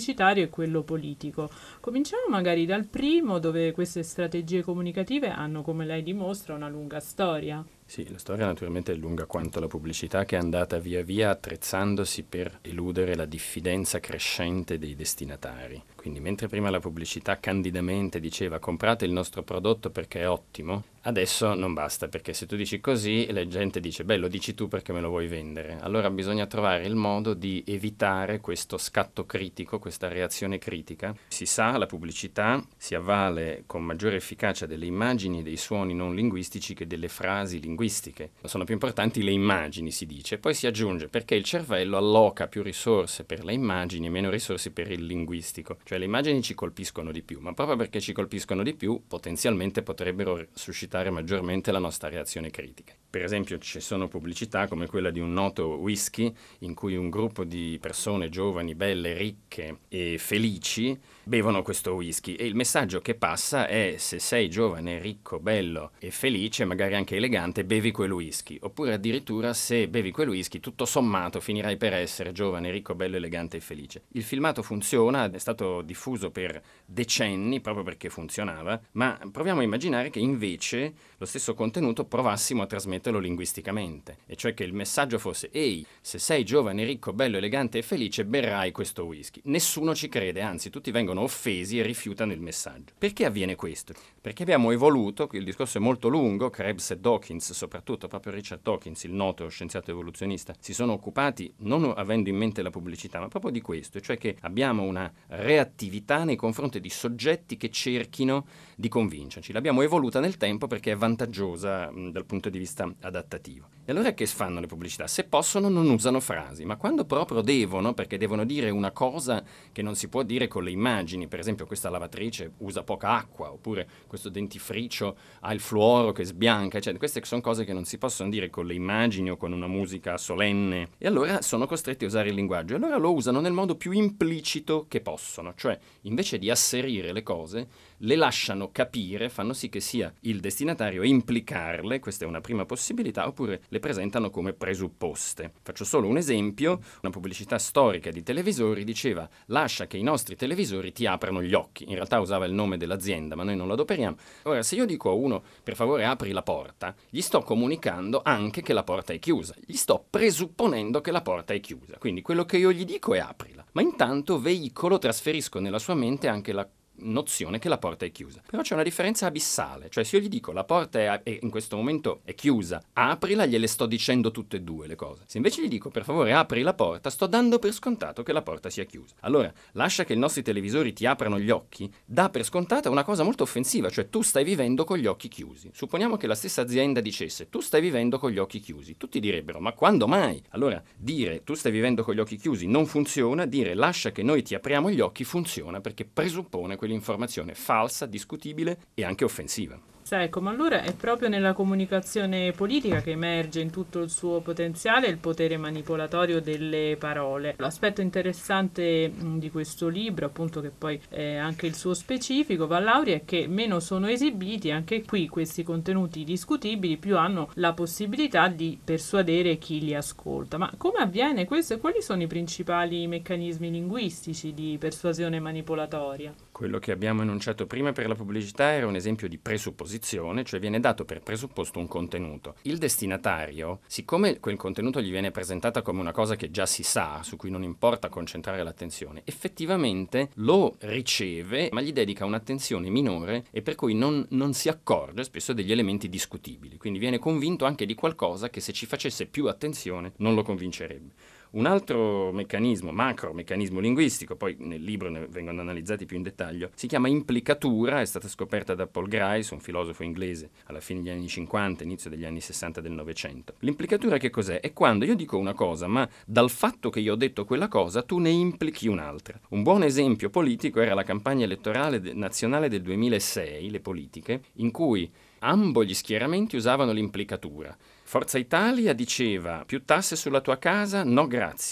pubblicitario e quello politico. Cominciamo magari dal primo, dove queste strategie comunicative hanno, come lei dimostra, una lunga storia. Sì, la storia naturalmente è lunga quanto la pubblicità, che è andata via via attrezzandosi per eludere la diffidenza crescente dei destinatari. Quindi mentre prima la pubblicità candidamente diceva comprate il nostro prodotto perché è ottimo, adesso non basta, perché se tu dici così la gente dice beh, lo dici tu perché me lo vuoi vendere. Allora bisogna trovare il modo di evitare questo scatto critico, questa reazione critica. Si sa, la pubblicità si avvale con maggiore efficacia delle immagini e dei suoni non linguistici che delle frasi linguistiche. Sono più importanti le immagini, si dice. Poi si aggiunge perché il cervello alloca più risorse per le immagini e meno risorse per il linguistico. Cioè le immagini ci colpiscono di più, ma proprio perché ci colpiscono di più, potenzialmente potrebbero suscitare maggiormente la nostra reazione critica. Per esempio ci sono pubblicità come quella di un noto whisky in cui un gruppo di persone giovani, belle, ricche e felici bevono questo whisky e il messaggio che passa è: se sei giovane, ricco, bello e felice, magari anche elegante, bevi quel whisky. Oppure addirittura se bevi quel whisky, tutto sommato finirai per essere giovane, ricco, bello, elegante e felice. Il filmato funziona, è stato diffuso per decenni proprio perché funzionava, ma proviamo a immaginare che invece lo stesso contenuto provassimo a trasmetterlo linguisticamente, e cioè che il messaggio fosse: ehi, se sei giovane, ricco, bello, elegante e felice, berrai questo whisky. Nessuno ci crede, anzi tutti vengono offesi e rifiutano il messaggio. Perché avviene questo? Perché abbiamo evoluto, il discorso è molto lungo, Krebs e Dawkins, soprattutto proprio Richard Dawkins, il noto scienziato evoluzionista, si sono occupati non avendo in mente la pubblicità, ma proprio di questo, cioè che abbiamo una reattività nei confronti di soggetti che cerchino di convincerci. L'abbiamo evoluta nel tempo perché è vantaggiosa dal punto di vista adattativo. E allora che fanno le pubblicità? Se possono non usano frasi, ma quando proprio devono, perché devono dire una cosa che non si può dire con le immagini, per esempio questa lavatrice usa poca acqua, oppure questo dentifricio ha il fluoro che sbianca, cioè queste sono cose che non si possono dire con le immagini o con una musica solenne, e allora sono costretti a usare il linguaggio, e allora lo usano nel modo più implicito che possono, cioè invece di asserire le cose, le lasciano capire, fanno sì che sia il destinatario a implicarle, questa è una prima possibilità, oppure le presentano come presupposte. Faccio solo un esempio: una pubblicità storica di televisori diceva lascia che i nostri televisori ti aprano gli occhi, in realtà usava il nome dell'azienda, ma noi non lo adoperiamo. Ora, se io dico a uno per favore apri la porta, gli sto comunicando anche che la porta è chiusa, gli sto presupponendo che la porta è chiusa, quindi quello che io gli dico è aprila, ma intanto trasferisco nella sua mente anche la nozione che la porta è chiusa. Però c'è una differenza abissale, cioè se io gli dico la porta è in questo momento è chiusa, aprila, gliele sto dicendo tutte e due le cose. Se invece gli dico per favore apri la porta, sto dando per scontato che la porta sia chiusa. Allora, lascia che i nostri televisori ti aprano gli occhi, dà per scontata una cosa molto offensiva, cioè tu stai vivendo con gli occhi chiusi. Supponiamo che la stessa azienda dicesse tu stai vivendo con gli occhi chiusi, tutti direbbero ma quando mai? Allora, dire tu stai vivendo con gli occhi chiusi non funziona, dire lascia che noi ti apriamo gli occhi funziona, perché presuppone quell'informazione falsa, discutibile e anche offensiva. Ecco, ma allora è proprio nella comunicazione politica che emerge in tutto il suo potenziale il potere manipolatorio delle parole. L'aspetto interessante di questo libro, appunto, che poi è anche il suo specifico, Vallauri, è che meno sono esibiti, anche qui questi contenuti discutibili, più hanno la possibilità di persuadere chi li ascolta. Ma come avviene questo e quali sono i principali meccanismi linguistici di persuasione manipolatoria? Quello che abbiamo enunciato prima per la pubblicità era un esempio di presupposizione, cioè viene dato per presupposto un contenuto. Il destinatario, siccome quel contenuto gli viene presentato come una cosa che già si sa, su cui non importa concentrare l'attenzione, effettivamente lo riceve, ma gli dedica un'attenzione minore e per cui non si accorge spesso degli elementi discutibili. Quindi viene convinto anche di qualcosa che se ci facesse più attenzione non lo convincerebbe. Un altro meccanismo, macro meccanismo linguistico, poi nel libro ne vengono analizzati più in dettaglio, si chiama implicatura, è stata scoperta da Paul Grice, un filosofo inglese, alla fine degli anni 50, inizio degli anni 60 del Novecento. L'implicatura che cos'è? È quando io dico una cosa, ma dal fatto che io ho detto quella cosa, tu ne implichi un'altra. Un buon esempio politico era la campagna elettorale nazionale del 2006, le politiche, in cui ambo gli schieramenti usavano l'implicatura. Forza Italia diceva più tasse sulla tua casa, no grazie.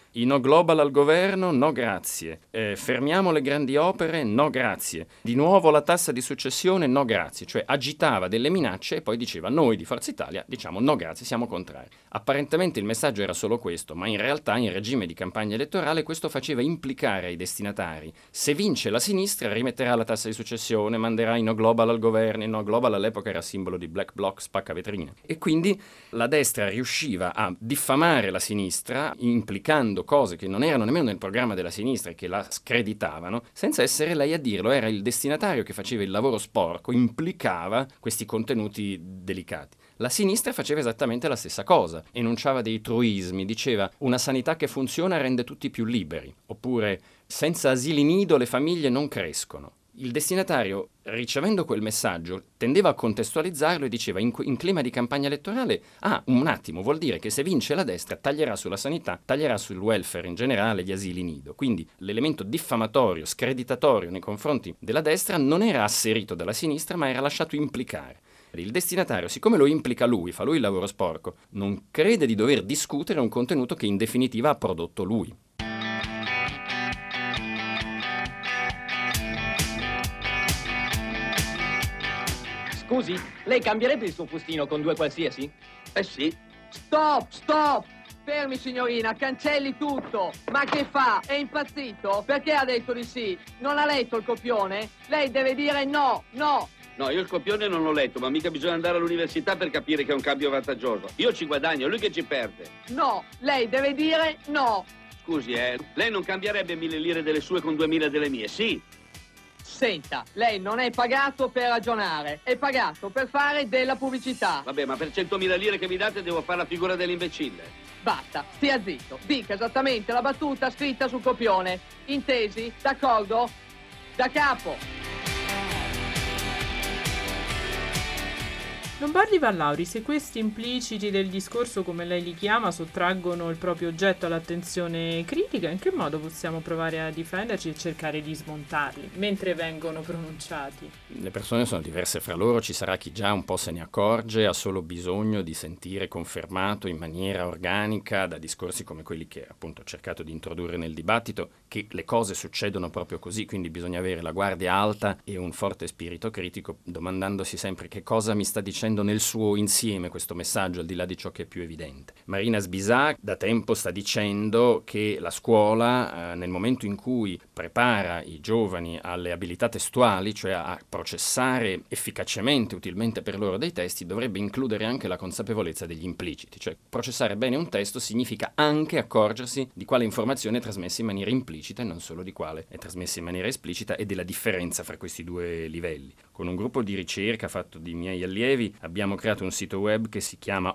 I no global al governo, no grazie. Fermiamo le grandi opere, no grazie. Di nuovo la tassa di successione, no grazie. Cioè agitava delle minacce e poi diceva noi di Forza Italia diciamo no grazie, siamo contrari. Apparentemente il messaggio era solo questo, ma in realtà in regime di campagna elettorale questo faceva implicare ai destinatari: se vince la sinistra rimetterà la tassa di successione, manderà i no global al governo. Il no global all'epoca era simbolo di black bloc, spacca vetrine. E quindi la destra riusciva a diffamare la sinistra implicando cose che non erano nemmeno nel programma della sinistra e che la screditavano, senza essere lei a dirlo. Era il destinatario che faceva il lavoro sporco, implicava questi contenuti delicati. La sinistra faceva esattamente la stessa cosa, enunciava dei truismi, diceva una sanità che funziona rende tutti più liberi, oppure senza asili nido le famiglie non crescono. Il destinatario, ricevendo quel messaggio, tendeva a contestualizzarlo e diceva in clima di campagna elettorale, un attimo, vuol dire che se vince la destra taglierà sulla sanità, taglierà sul welfare in generale, gli asili nido. Quindi l'elemento diffamatorio, screditatorio nei confronti della destra non era asserito dalla sinistra, ma era lasciato implicare. Il destinatario, siccome lo implica lui, fa lui il lavoro sporco, non crede di dover discutere un contenuto che in definitiva ha prodotto lui. Scusi, lei cambierebbe il suo fustino con 2 qualsiasi? Sì. Stop! Fermi, signorina, cancelli tutto! Ma che fa? È impazzito? Perché ha detto di sì? Non ha letto il copione? Lei deve dire no! No, io il copione non l'ho letto, ma mica bisogna andare all'università per capire che è un cambio vantaggioso. Io ci guadagno, lui che ci perde. No, lei deve dire no! Scusi, lei non cambierebbe 1000 lire delle sue con 2000 delle mie, sì? Senta, lei non è pagato per ragionare, è pagato per fare della pubblicità. Vabbè, ma per 100.000 lire che mi date devo fare la figura dell'imbecille. Basta, stia zitto, dica esattamente la battuta scritta sul copione. Intesi? D'accordo? Da capo! Lombardi-Vallauri, se questi impliciti del discorso, come lei li chiama, sottraggono il proprio oggetto all'attenzione critica, in che modo possiamo provare a difenderci e cercare di smontarli mentre vengono pronunciati? Le persone sono diverse fra loro, ci sarà chi già un po' se ne accorge, ha solo bisogno di sentire confermato in maniera organica da discorsi come quelli che appunto ho cercato di introdurre nel dibattito, che le cose succedono proprio così, quindi bisogna avere la guardia alta e un forte spirito critico, domandandosi sempre che cosa mi sta dicendo nel suo insieme questo messaggio, al di là di ciò che è più evidente. Marina Sbisà da tempo sta dicendo che la scuola, nel momento in cui prepara i giovani alle abilità testuali, cioè a processare efficacemente, utilmente per loro dei testi, dovrebbe includere anche la consapevolezza degli impliciti. Cioè processare bene un testo significa anche accorgersi di quale informazione è trasmessa in maniera implicita e non solo di quale è trasmessa in maniera esplicita, e della differenza fra questi due livelli. Con un gruppo di ricerca fatto di miei allievi abbiamo creato un sito web che si chiama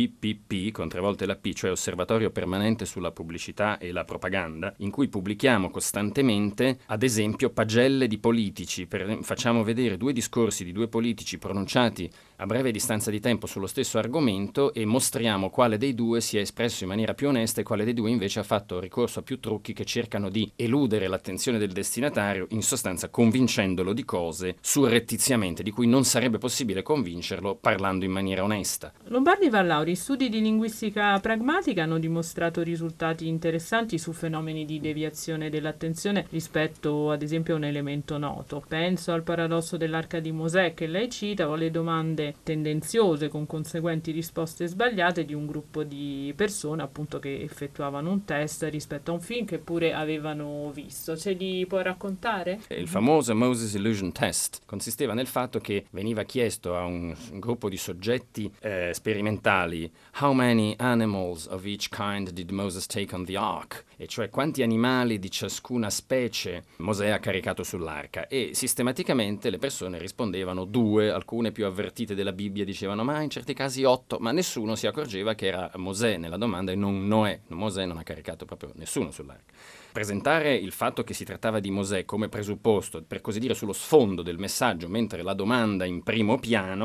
OPPP, con 3 volte la P, cioè Osservatorio Permanente sulla Pubblicità e la Propaganda, in cui pubblichiamo costantemente, ad esempio, pagelle di politici. Facciamo vedere 2 discorsi di 2 politici pronunciati a breve distanza di tempo sullo stesso argomento e mostriamo quale dei 2 si è espresso in maniera più onesta e quale dei 2 invece ha fatto ricorso a più trucchi che cercano di eludere l'attenzione del destinatario, in sostanza convincendolo di cose surrettiziamente di cui non sarebbe possibile convincerlo parlando in maniera onesta. Lombardi-Vallauri, studi di linguistica pragmatica hanno dimostrato risultati interessanti su fenomeni di deviazione dell'attenzione rispetto ad esempio a un elemento noto. Penso al paradosso dell'arca di Mosè che lei cita, o alle domande tendenziose con conseguenti risposte sbagliate di un gruppo di persone appunto che effettuavano un test rispetto a un film che pure avevano visto. Ce li può raccontare? Il famoso Moses Illusion Test consisteva nel fatto che veniva chiesto a un gruppo di soggetti sperimentali how many animals of each kind did Moses take on the ark, e cioè quanti animali di ciascuna specie Mosè ha caricato sull'arca, e sistematicamente le persone rispondevano 2, alcune più avvertite della Bibbia dicevano ma in certi casi 8, ma nessuno si accorgeva che era Mosè nella domanda e non Noè. Mosè non ha caricato proprio nessuno sull'arca. Presentare il fatto che si trattava di Mosè come presupposto, per così dire sullo sfondo del messaggio, mentre la domanda in primo piano,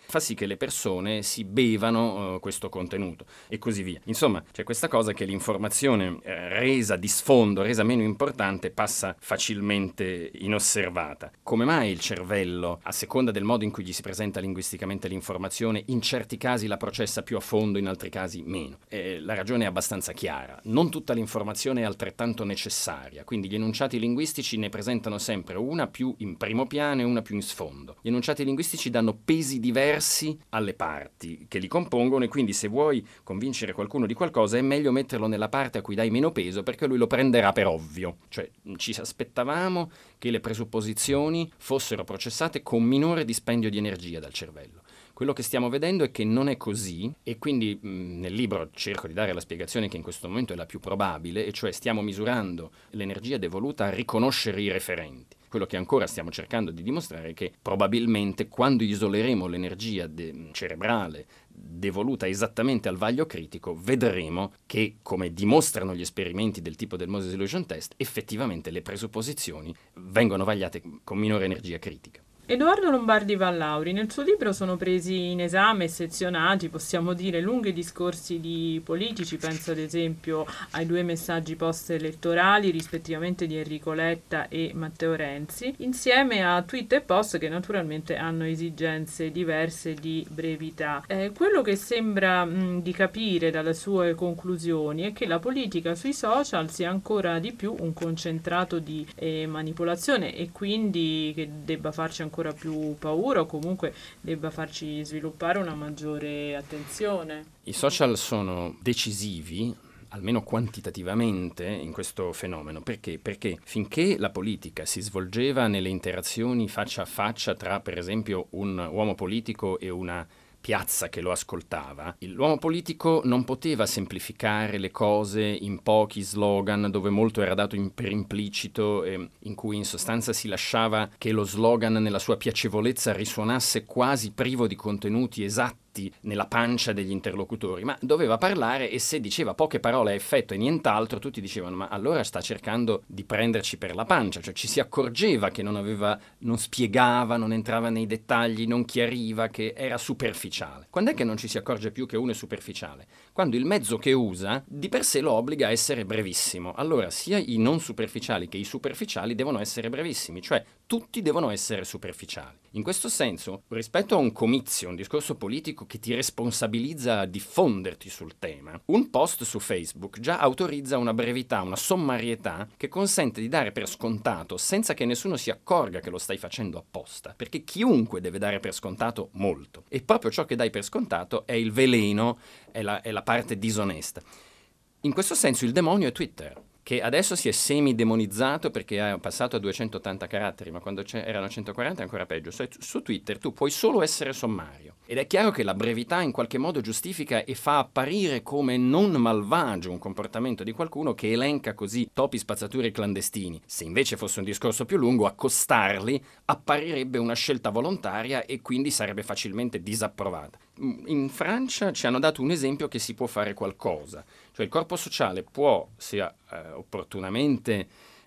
fa sì che le persone si bevano questo contenuto e così via. Insomma, c'è questa cosa che l'informazione resa di sfondo, resa meno importante, passa facilmente inosservata. Come mai il cervello, a seconda del modo in cui gli si presenta linguisticamente l'informazione, in certi casi la processa più a fondo, in altri casi meno? La ragione è abbastanza chiara. Non tutta l'informazione è altrettanto necessaria, quindi gli enunciati linguistici ne presentano sempre una più in primo piano e una più in sfondo. Gli enunciati linguistici danno pesi diversi alle parti che li compongono, e quindi se vuoi convincere qualcuno di qualcosa è meglio metterlo nella parte a cui dai meno peso, perché lui lo prenderà per ovvio. Cioè ci aspettavamo che le presupposizioni fossero processate con minore dispendio di energia dal cervello. Quello che stiamo vedendo è che non è così, e quindi nel libro cerco di dare la spiegazione che in questo momento è la più probabile, e cioè stiamo misurando l'energia devoluta a riconoscere i referenti. Quello che ancora stiamo cercando di dimostrare è che probabilmente quando isoleremo l'energia cerebrale devoluta esattamente al vaglio critico, vedremo che, come dimostrano gli esperimenti del tipo del Moses Illusion Test, effettivamente le presupposizioni vengono vagliate con minore energia critica. Edoardo Lombardi Vallauri, nel suo libro sono presi in esame e sezionati, possiamo dire, lunghi discorsi di politici, penso ad esempio ai 2 messaggi post-elettorali rispettivamente di Enrico Letta e Matteo Renzi, insieme a tweet e post che naturalmente hanno esigenze diverse di brevità. Quello che sembra di capire dalle sue conclusioni è che la politica sui social sia ancora di più un concentrato di manipolazione, e quindi che debba farci ancora più paura, o comunque debba farci sviluppare una maggiore attenzione. I social sono decisivi, almeno quantitativamente, in questo fenomeno. Perché? Perché finché la politica si svolgeva nelle interazioni faccia a faccia tra, per esempio, un uomo politico e una piazza che lo ascoltava, l'uomo politico non poteva semplificare le cose in pochi slogan dove molto era dato per implicito, in cui in sostanza si lasciava che lo slogan nella sua piacevolezza risuonasse quasi privo di contenuti esatti nella pancia degli interlocutori, ma doveva parlare, e se diceva poche parole a effetto e nient'altro, tutti dicevano: ma allora sta cercando di prenderci per la pancia. Cioè ci si accorgeva che non spiegava, non entrava nei dettagli, non chiariva, che era superficiale. Quando è che non ci si accorge più che uno è superficiale? Quando il mezzo che usa di per sé lo obbliga a essere brevissimo. Allora sia i non superficiali che i superficiali devono essere brevissimi, cioè tutti devono essere superficiali. In questo senso, rispetto a un comizio, un discorso politico che ti responsabilizza a diffonderti sul tema, un post su Facebook già autorizza una brevità, una sommarietà che consente di dare per scontato, senza che nessuno si accorga che lo stai facendo apposta, perché chiunque deve dare per scontato molto. E proprio ciò che dai per scontato è il veleno, è la parte disonesta. In questo senso il demonio è Twitter, che adesso si è semi-demonizzato perché è passato a 280 caratteri, ma quando erano 140 è ancora peggio. Su Twitter tu puoi solo essere sommario. Ed è chiaro che la brevità in qualche modo giustifica e fa apparire come non malvagio un comportamento di qualcuno che elenca così topi spazzatori clandestini. Se invece fosse un discorso più lungo, accostarli apparirebbe una scelta volontaria e quindi sarebbe facilmente disapprovata. In Francia ci hanno dato un esempio che si può fare qualcosa. Cioè il corpo sociale può, sia opportunamente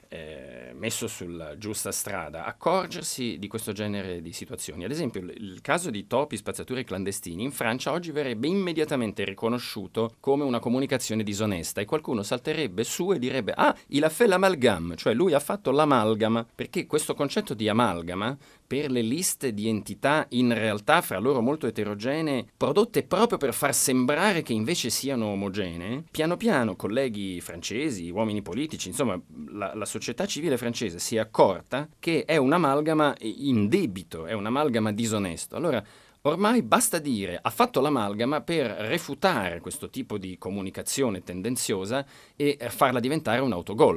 messo sulla giusta strada, accorgersi di questo genere di situazioni. Ad esempio il caso di topi spazzatori clandestini in Francia oggi verrebbe immediatamente riconosciuto come una comunicazione disonesta, e qualcuno salterebbe su e direbbe: ah, il a fait l'amalgame, cioè lui ha fatto l'amalgama, perché questo concetto di amalgama per le liste di entità in realtà fra loro molto eterogenee, prodotte proprio per far sembrare che invece siano omogenee, piano piano colleghi francesi, uomini politici, insomma la società civile francese si è accorta che è un amalgama indebito, è un amalgama disonesto. Allora ormai basta dire ha fatto l'amalgama per refutare questo tipo di comunicazione tendenziosa e farla diventare un autogol.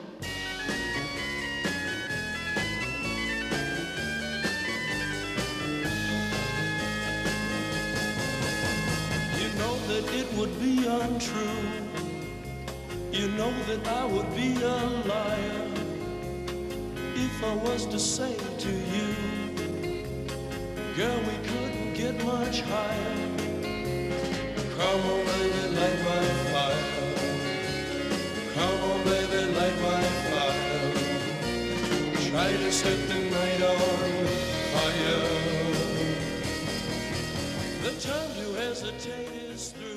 Would be untrue. You know that I would be a liar if I was to say to you, girl, we couldn't get much higher. Come on, baby, light my fire. Come on, baby, light my fire. Try to set the night on fire. time to hesitate is through.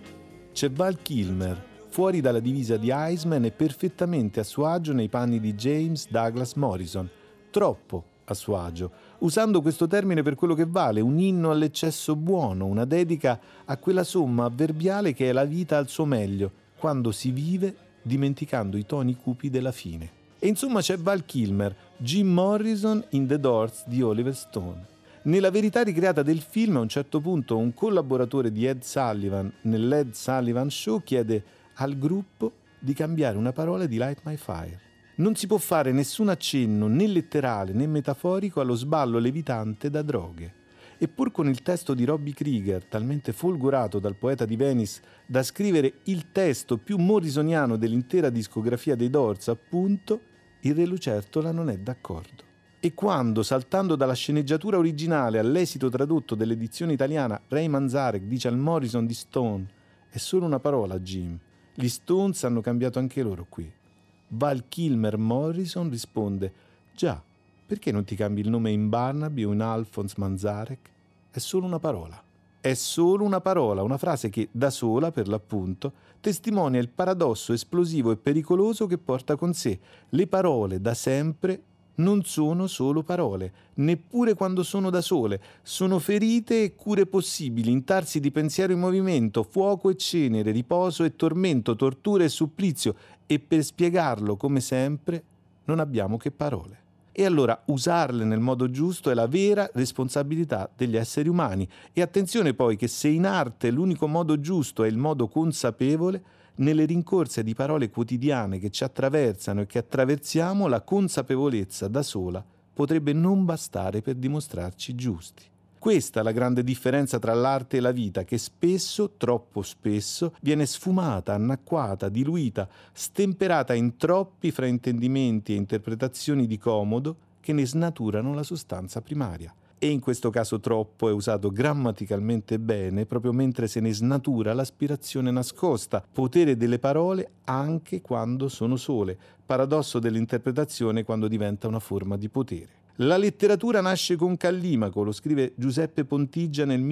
C'è Val Kilmer, fuori dalla divisa di Iceman e perfettamente a suo agio nei panni di James Douglas Morrison. Troppo a suo agio, usando questo termine per quello che vale, un inno all'eccesso buono, una dedica a quella somma avverbiale che è la vita al suo meglio, quando si vive dimenticando i toni cupi della fine. E insomma c'è Val Kilmer, Jim Morrison in The Doors di Oliver Stone. Nella verità ricreata del film, a un certo punto un collaboratore di Ed Sullivan nell'Ed Sullivan Show chiede al gruppo di cambiare una parola di Light My Fire. Non si può fare nessun accenno né letterale né metaforico allo sballo levitante da droghe. E pur con il testo di Robbie Krieger, talmente folgorato dal poeta di Venice da scrivere il testo più morrisoniano dell'intera discografia dei Doors, appunto, il Re Lucertola non è d'accordo. E quando, saltando dalla sceneggiatura originale all'esito tradotto dell'edizione italiana, Ray Manzarek dice al Morrison di Stone «È solo una parola, Jim. Gli Stones hanno cambiato anche loro qui». Val Kilmer Morrison risponde «Già, perché non ti cambi il nome in Barnaby o in Alphonse Manzarek? È solo una parola». È solo una parola, una frase che, da sola, per l'appunto, testimonia il paradosso esplosivo e pericoloso che porta con sé. Le parole, da sempre, non sono solo parole, neppure quando sono da sole. Sono ferite e cure possibili, intarsi di pensiero in movimento, fuoco e cenere, riposo e tormento, tortura e supplizio. E per spiegarlo, come sempre, non abbiamo che parole. E allora usarle nel modo giusto è la vera responsabilità degli esseri umani. E attenzione poi che se in arte l'unico modo giusto è il modo consapevole, nelle rincorse di parole quotidiane che ci attraversano e che attraversiamo, la consapevolezza da sola potrebbe non bastare per dimostrarci giusti. Questa è la grande differenza tra l'arte e la vita, che spesso, troppo spesso, viene sfumata, annacquata, diluita, stemperata in troppi fraintendimenti e interpretazioni di comodo che ne snaturano la sostanza primaria. E in questo caso troppo è usato grammaticalmente bene, proprio mentre se ne snatura l'aspirazione nascosta, potere delle parole anche quando sono sole, paradosso dell'interpretazione quando diventa una forma di potere. La letteratura nasce con Callimaco, lo scrive Giuseppe Pontigia nel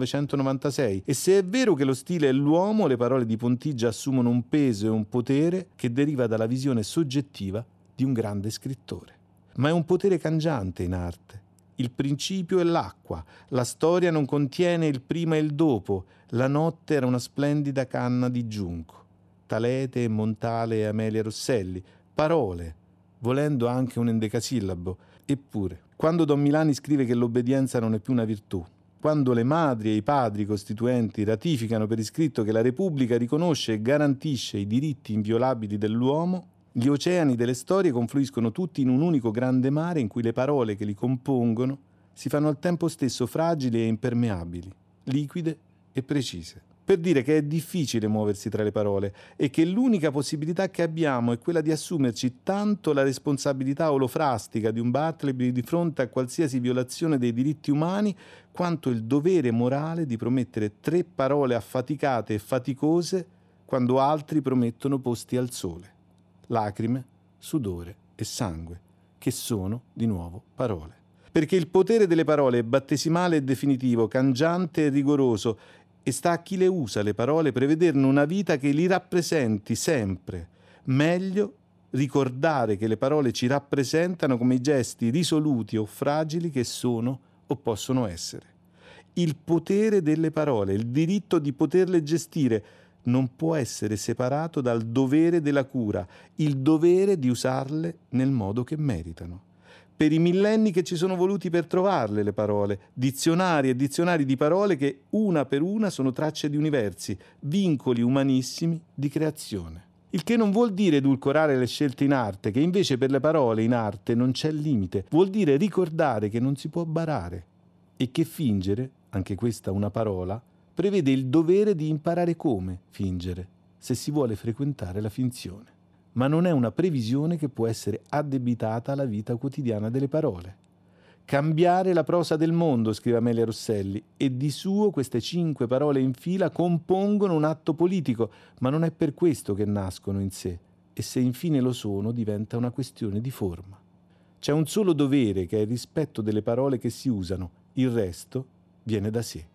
1996, e se è vero che lo stile è l'uomo, le parole di Pontigia assumono un peso e un potere che deriva dalla visione soggettiva di un grande scrittore. Ma è un potere cangiante in arte. Il principio è l'acqua, la storia non contiene il prima e il dopo, la notte era una splendida canna di giunco. Talete, Montale e Amelia Rosselli, parole, volendo anche un endecasillabo. Eppure, quando Don Milani scrive che l'obbedienza non è più una virtù, quando le madri e i padri costituenti ratificano per iscritto che la Repubblica riconosce e garantisce i diritti inviolabili dell'uomo, gli oceani delle storie confluiscono tutti in un unico grande mare in cui le parole che li compongono si fanno al tempo stesso fragili e impermeabili, liquide e precise. Per dire che è difficile muoversi tra le parole e che l'unica possibilità che abbiamo è quella di assumerci tanto la responsabilità olofrastica di un Bartleby di fronte a qualsiasi violazione dei diritti umani, quanto il dovere morale di promettere 3 parole affaticate e faticose quando altri promettono posti al sole. Lacrime, sudore e sangue, che sono di nuovo parole. Perché il potere delle parole è battesimale e definitivo, cangiante e rigoroso, e sta a chi le usa le parole prevederne una vita che li rappresenti sempre. Meglio ricordare che le parole ci rappresentano come i gesti risoluti o fragili che sono o possono essere. Il potere delle parole, il diritto di poterle gestire, non può essere separato dal dovere della cura, il dovere di usarle nel modo che meritano. Per i millenni che ci sono voluti per trovarle le parole, dizionari e dizionari di parole che una per una sono tracce di universi, vincoli umanissimi di creazione. Il che non vuol dire edulcorare le scelte in arte, che invece per le parole in arte non c'è limite, vuol dire ricordare che non si può barare e che fingere, anche questa una parola, prevede il dovere di imparare come fingere, se si vuole frequentare la finzione. Ma non è una previsione che può essere addebitata alla vita quotidiana delle parole. Cambiare la prosa del mondo, scrive Amelia Rosselli, e di suo queste 5 parole in fila compongono un atto politico, ma non è per questo che nascono in sé, e se infine lo sono diventa una questione di forma. C'è un solo dovere che è il rispetto delle parole che si usano, il resto viene da sé.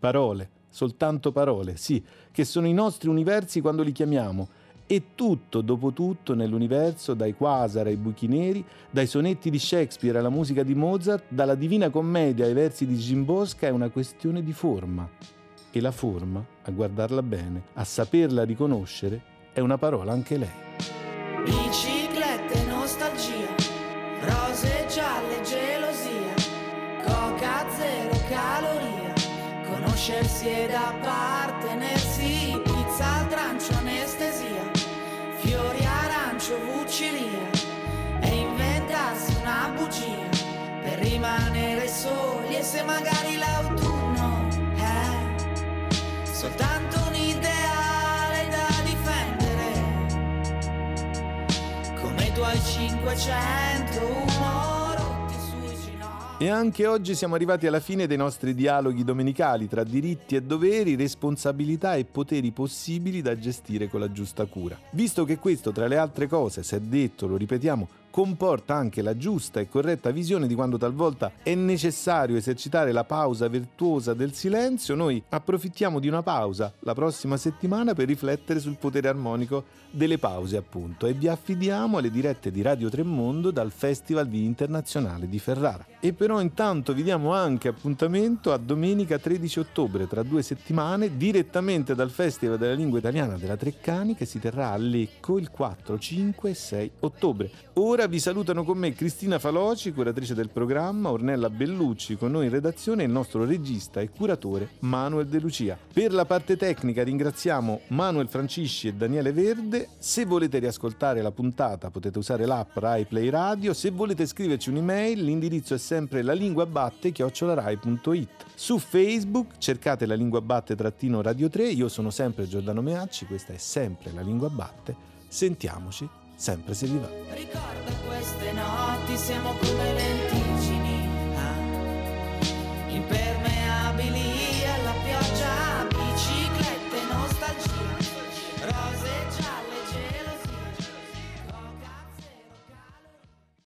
Parole, soltanto parole, sì, che sono i nostri universi quando li chiamiamo. E tutto, dopo tutto, nell'universo, dai quasar ai buchi neri, dai sonetti di Shakespeare alla musica di Mozart, dalla Divina Commedia ai versi di Gimboska, è una questione di forma. E la forma, a guardarla bene, a saperla riconoscere, è una parola anche lei. Biciclette, nostalgia, rose gialle, gelosia, coca zero caloria, conoscersi ed appartenersi, pizza al trancio, anestesia, fiori arancio, vucciria, e inventarsi una bugia per rimanere soli, e se magari l'autunno è soltanto un ideale da difendere, come i tuoi 501 rotti sui ginocchi. E anche oggi siamo arrivati alla fine dei nostri dialoghi domenicali tra diritti e doveri, responsabilità e poteri possibili da gestire con la giusta cura. Visto che questo, tra le altre cose, se è detto, lo ripetiamo, comporta anche la giusta e corretta visione di quando talvolta è necessario esercitare la pausa virtuosa del silenzio, noi approfittiamo di una pausa la prossima settimana per riflettere sul potere armonico delle pause, appunto, e vi affidiamo alle dirette di Radio Tremondo dal Festival di Internazionale di Ferrara. E però intanto vi diamo anche appuntamento a domenica 13 ottobre, tra 2 settimane, direttamente dal Festival della Lingua Italiana della Treccani, che si terrà a Lecco il 4, 5 e 6 ottobre. Ora vi salutano con me Cristina Faloci, curatrice del programma, Ornella Bellucci con noi in redazione e il nostro regista e curatore Manuel De Lucia. Per la parte tecnica ringraziamo Manuel Francisci e Daniele Verde. Se volete riascoltare la puntata potete usare l'app Rai Play Radio. Se volete scriverci un'email, l'indirizzo è sempre lalinguabatte@rai.it. Su Facebook cercate La Lingua Batte -Radio 3. Io sono sempre Giordano Meacci, questa è sempre La Lingua Batte. Sentiamoci sempre se vi va. Ricorda queste notti, siamo come lenticini, impermeabili